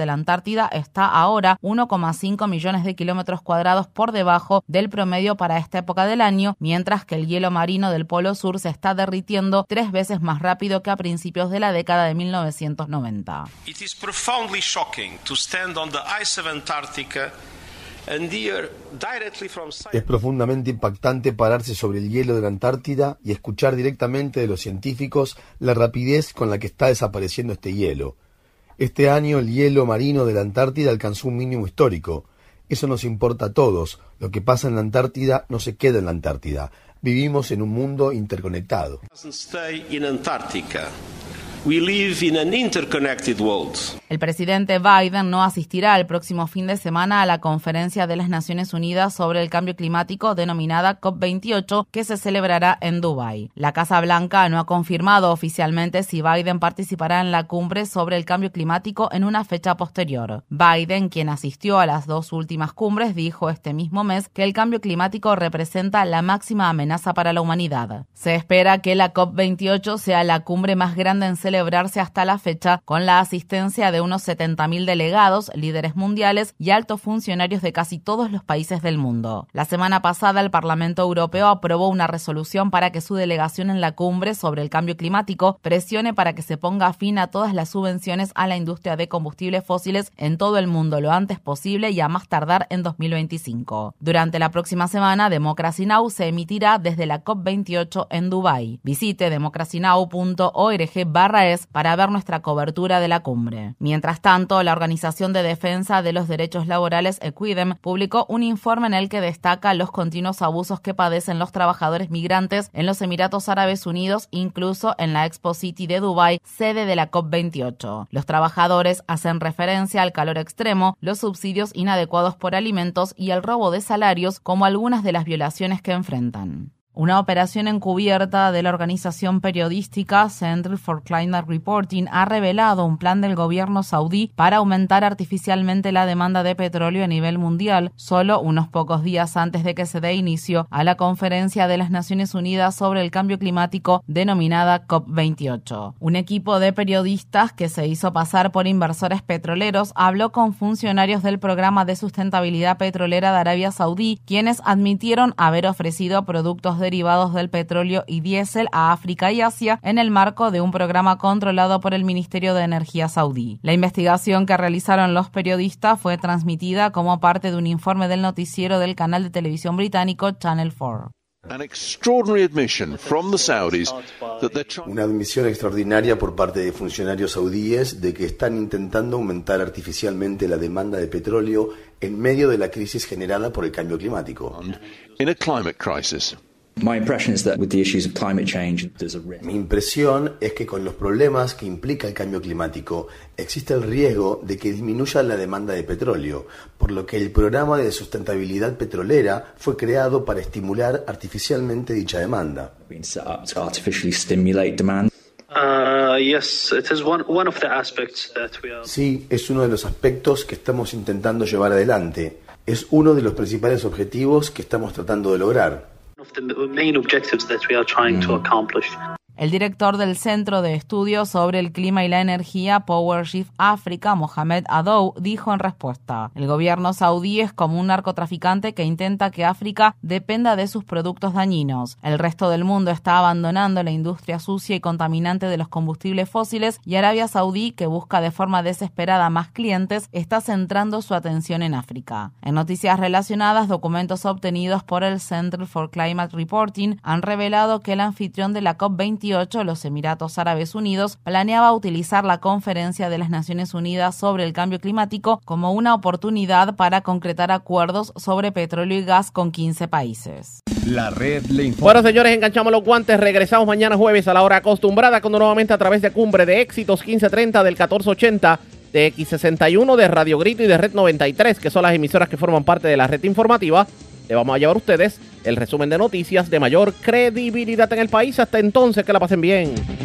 de la Antártida está ahora uno coma cinco millones de kilómetros cuadrados por debajo del promedio para esta época del año, mientras que el hielo marino del Polo Sur se está derritiendo tres veces más rápido que a principios de la década de mil novecientos noventa. It is profoundly shocking to stand on the ice of Antarctica and hear directly from Es profundamente impactante pararse sobre el hielo de la Antártida y escuchar directamente de los científicos la rapidez con la que está desapareciendo este hielo. Este año el hielo marino de la Antártida alcanzó un mínimo histórico. Eso nos importa a todos. Lo que pasa en la Antártida no se queda en la Antártida. Vivimos en un mundo interconectado. doesn't stay in Antarctica. We live in an interconnected world. El presidente Biden no asistirá el próximo fin de semana a la conferencia de las Naciones Unidas sobre el cambio climático denominada COP veintiocho que se celebrará en Dubái. La Casa Blanca no ha confirmado oficialmente si Biden participará en la cumbre sobre el cambio climático en una fecha posterior. Biden, quien asistió a las dos últimas cumbres, dijo este mismo mes que el cambio climático representa la máxima amenaza para la humanidad. Se espera que la COP veintiocho sea la cumbre más grande en celebrarse hasta la fecha, con la asistencia de unos setenta mil delegados, líderes mundiales y altos funcionarios de casi todos los países del mundo. La semana pasada, el Parlamento Europeo aprobó una resolución para que su delegación en la cumbre sobre el cambio climático presione para que se ponga fin a todas las subvenciones a la industria de combustibles fósiles en todo el mundo lo antes posible y a más tardar en dos mil veinticinco. Durante la próxima semana, Democracy Now! Se emitirá desde la COP veintiocho en Dubái. Visite democracynow punto org barra es para ver nuestra cobertura de la cumbre. Mientras tanto, la Organización de Defensa de los Derechos Laborales Equidem publicó un informe en el que destaca los continuos abusos que padecen los trabajadores migrantes en los Emiratos Árabes Unidos, incluso en la Expo City de Dubái, sede de la COP veintiocho. Los trabajadores hacen referencia al calor extremo, los subsidios inadecuados por alimentos y el robo de salarios como algunas de las violaciones que enfrentan. Una operación encubierta de la organización periodística Center for Climate Reporting ha revelado un plan del gobierno saudí para aumentar artificialmente la demanda de petróleo a nivel mundial, solo unos pocos días antes de que se dé inicio a la conferencia de las Naciones Unidas sobre el cambio climático denominada COP veintiocho. Un equipo de periodistas que se hizo pasar por inversores petroleros habló con funcionarios del programa de sustentabilidad petrolera de Arabia Saudí, quienes admitieron haber ofrecido productos de derivados del petróleo y diésel a África y Asia en el marco de un programa controlado por el Ministerio de Energía saudí. La investigación que realizaron los periodistas fue transmitida como parte de un informe del noticiero del canal de televisión británico Channel cuatro. Una admisión extraordinaria por parte de funcionarios saudíes de que están intentando aumentar artificialmente la demanda de petróleo en medio de la crisis generada por el cambio climático. Mi impresión es que con los problemas que implica el cambio climático existe el riesgo de que disminuya la demanda de petróleo, por lo que el programa de sustentabilidad petrolera fue creado para estimular artificialmente dicha demanda. Sí, es uno de los aspectos que estamos intentando llevar adelante. Es uno de los principales objetivos que estamos tratando de lograr. El director del Centro de Estudios sobre el Clima y la Energía PowerShift África, Mohamed Adou, dijo en respuesta: el gobierno saudí es como un narcotraficante que intenta que África dependa de sus productos dañinos. El resto del mundo está abandonando la industria sucia y contaminante de los combustibles fósiles y Arabia Saudí, que busca de forma desesperada más clientes, está centrando su atención en África. En noticias relacionadas, documentos obtenidos por el Center for Climate Reporting han revelado que el anfitrión de la COP veintiocho, los Emiratos Árabes Unidos, planeaba utilizar la conferencia de las Naciones Unidas sobre el cambio climático como una oportunidad para concretar acuerdos sobre petróleo y gas con quince países. La red le informa. Bueno, señores, enganchamos los guantes. Regresamos mañana jueves a la hora acostumbrada, cuando nuevamente a través de Cumbre de Éxitos quince treinta del catorce ochenta, de X sesenta y uno, de Radio Grito y de Red noventa y tres, que son las emisoras que forman parte de la red informativa, le vamos a llevar a ustedes el resumen de noticias de mayor credibilidad en el país. Hasta entonces, que la pasen bien.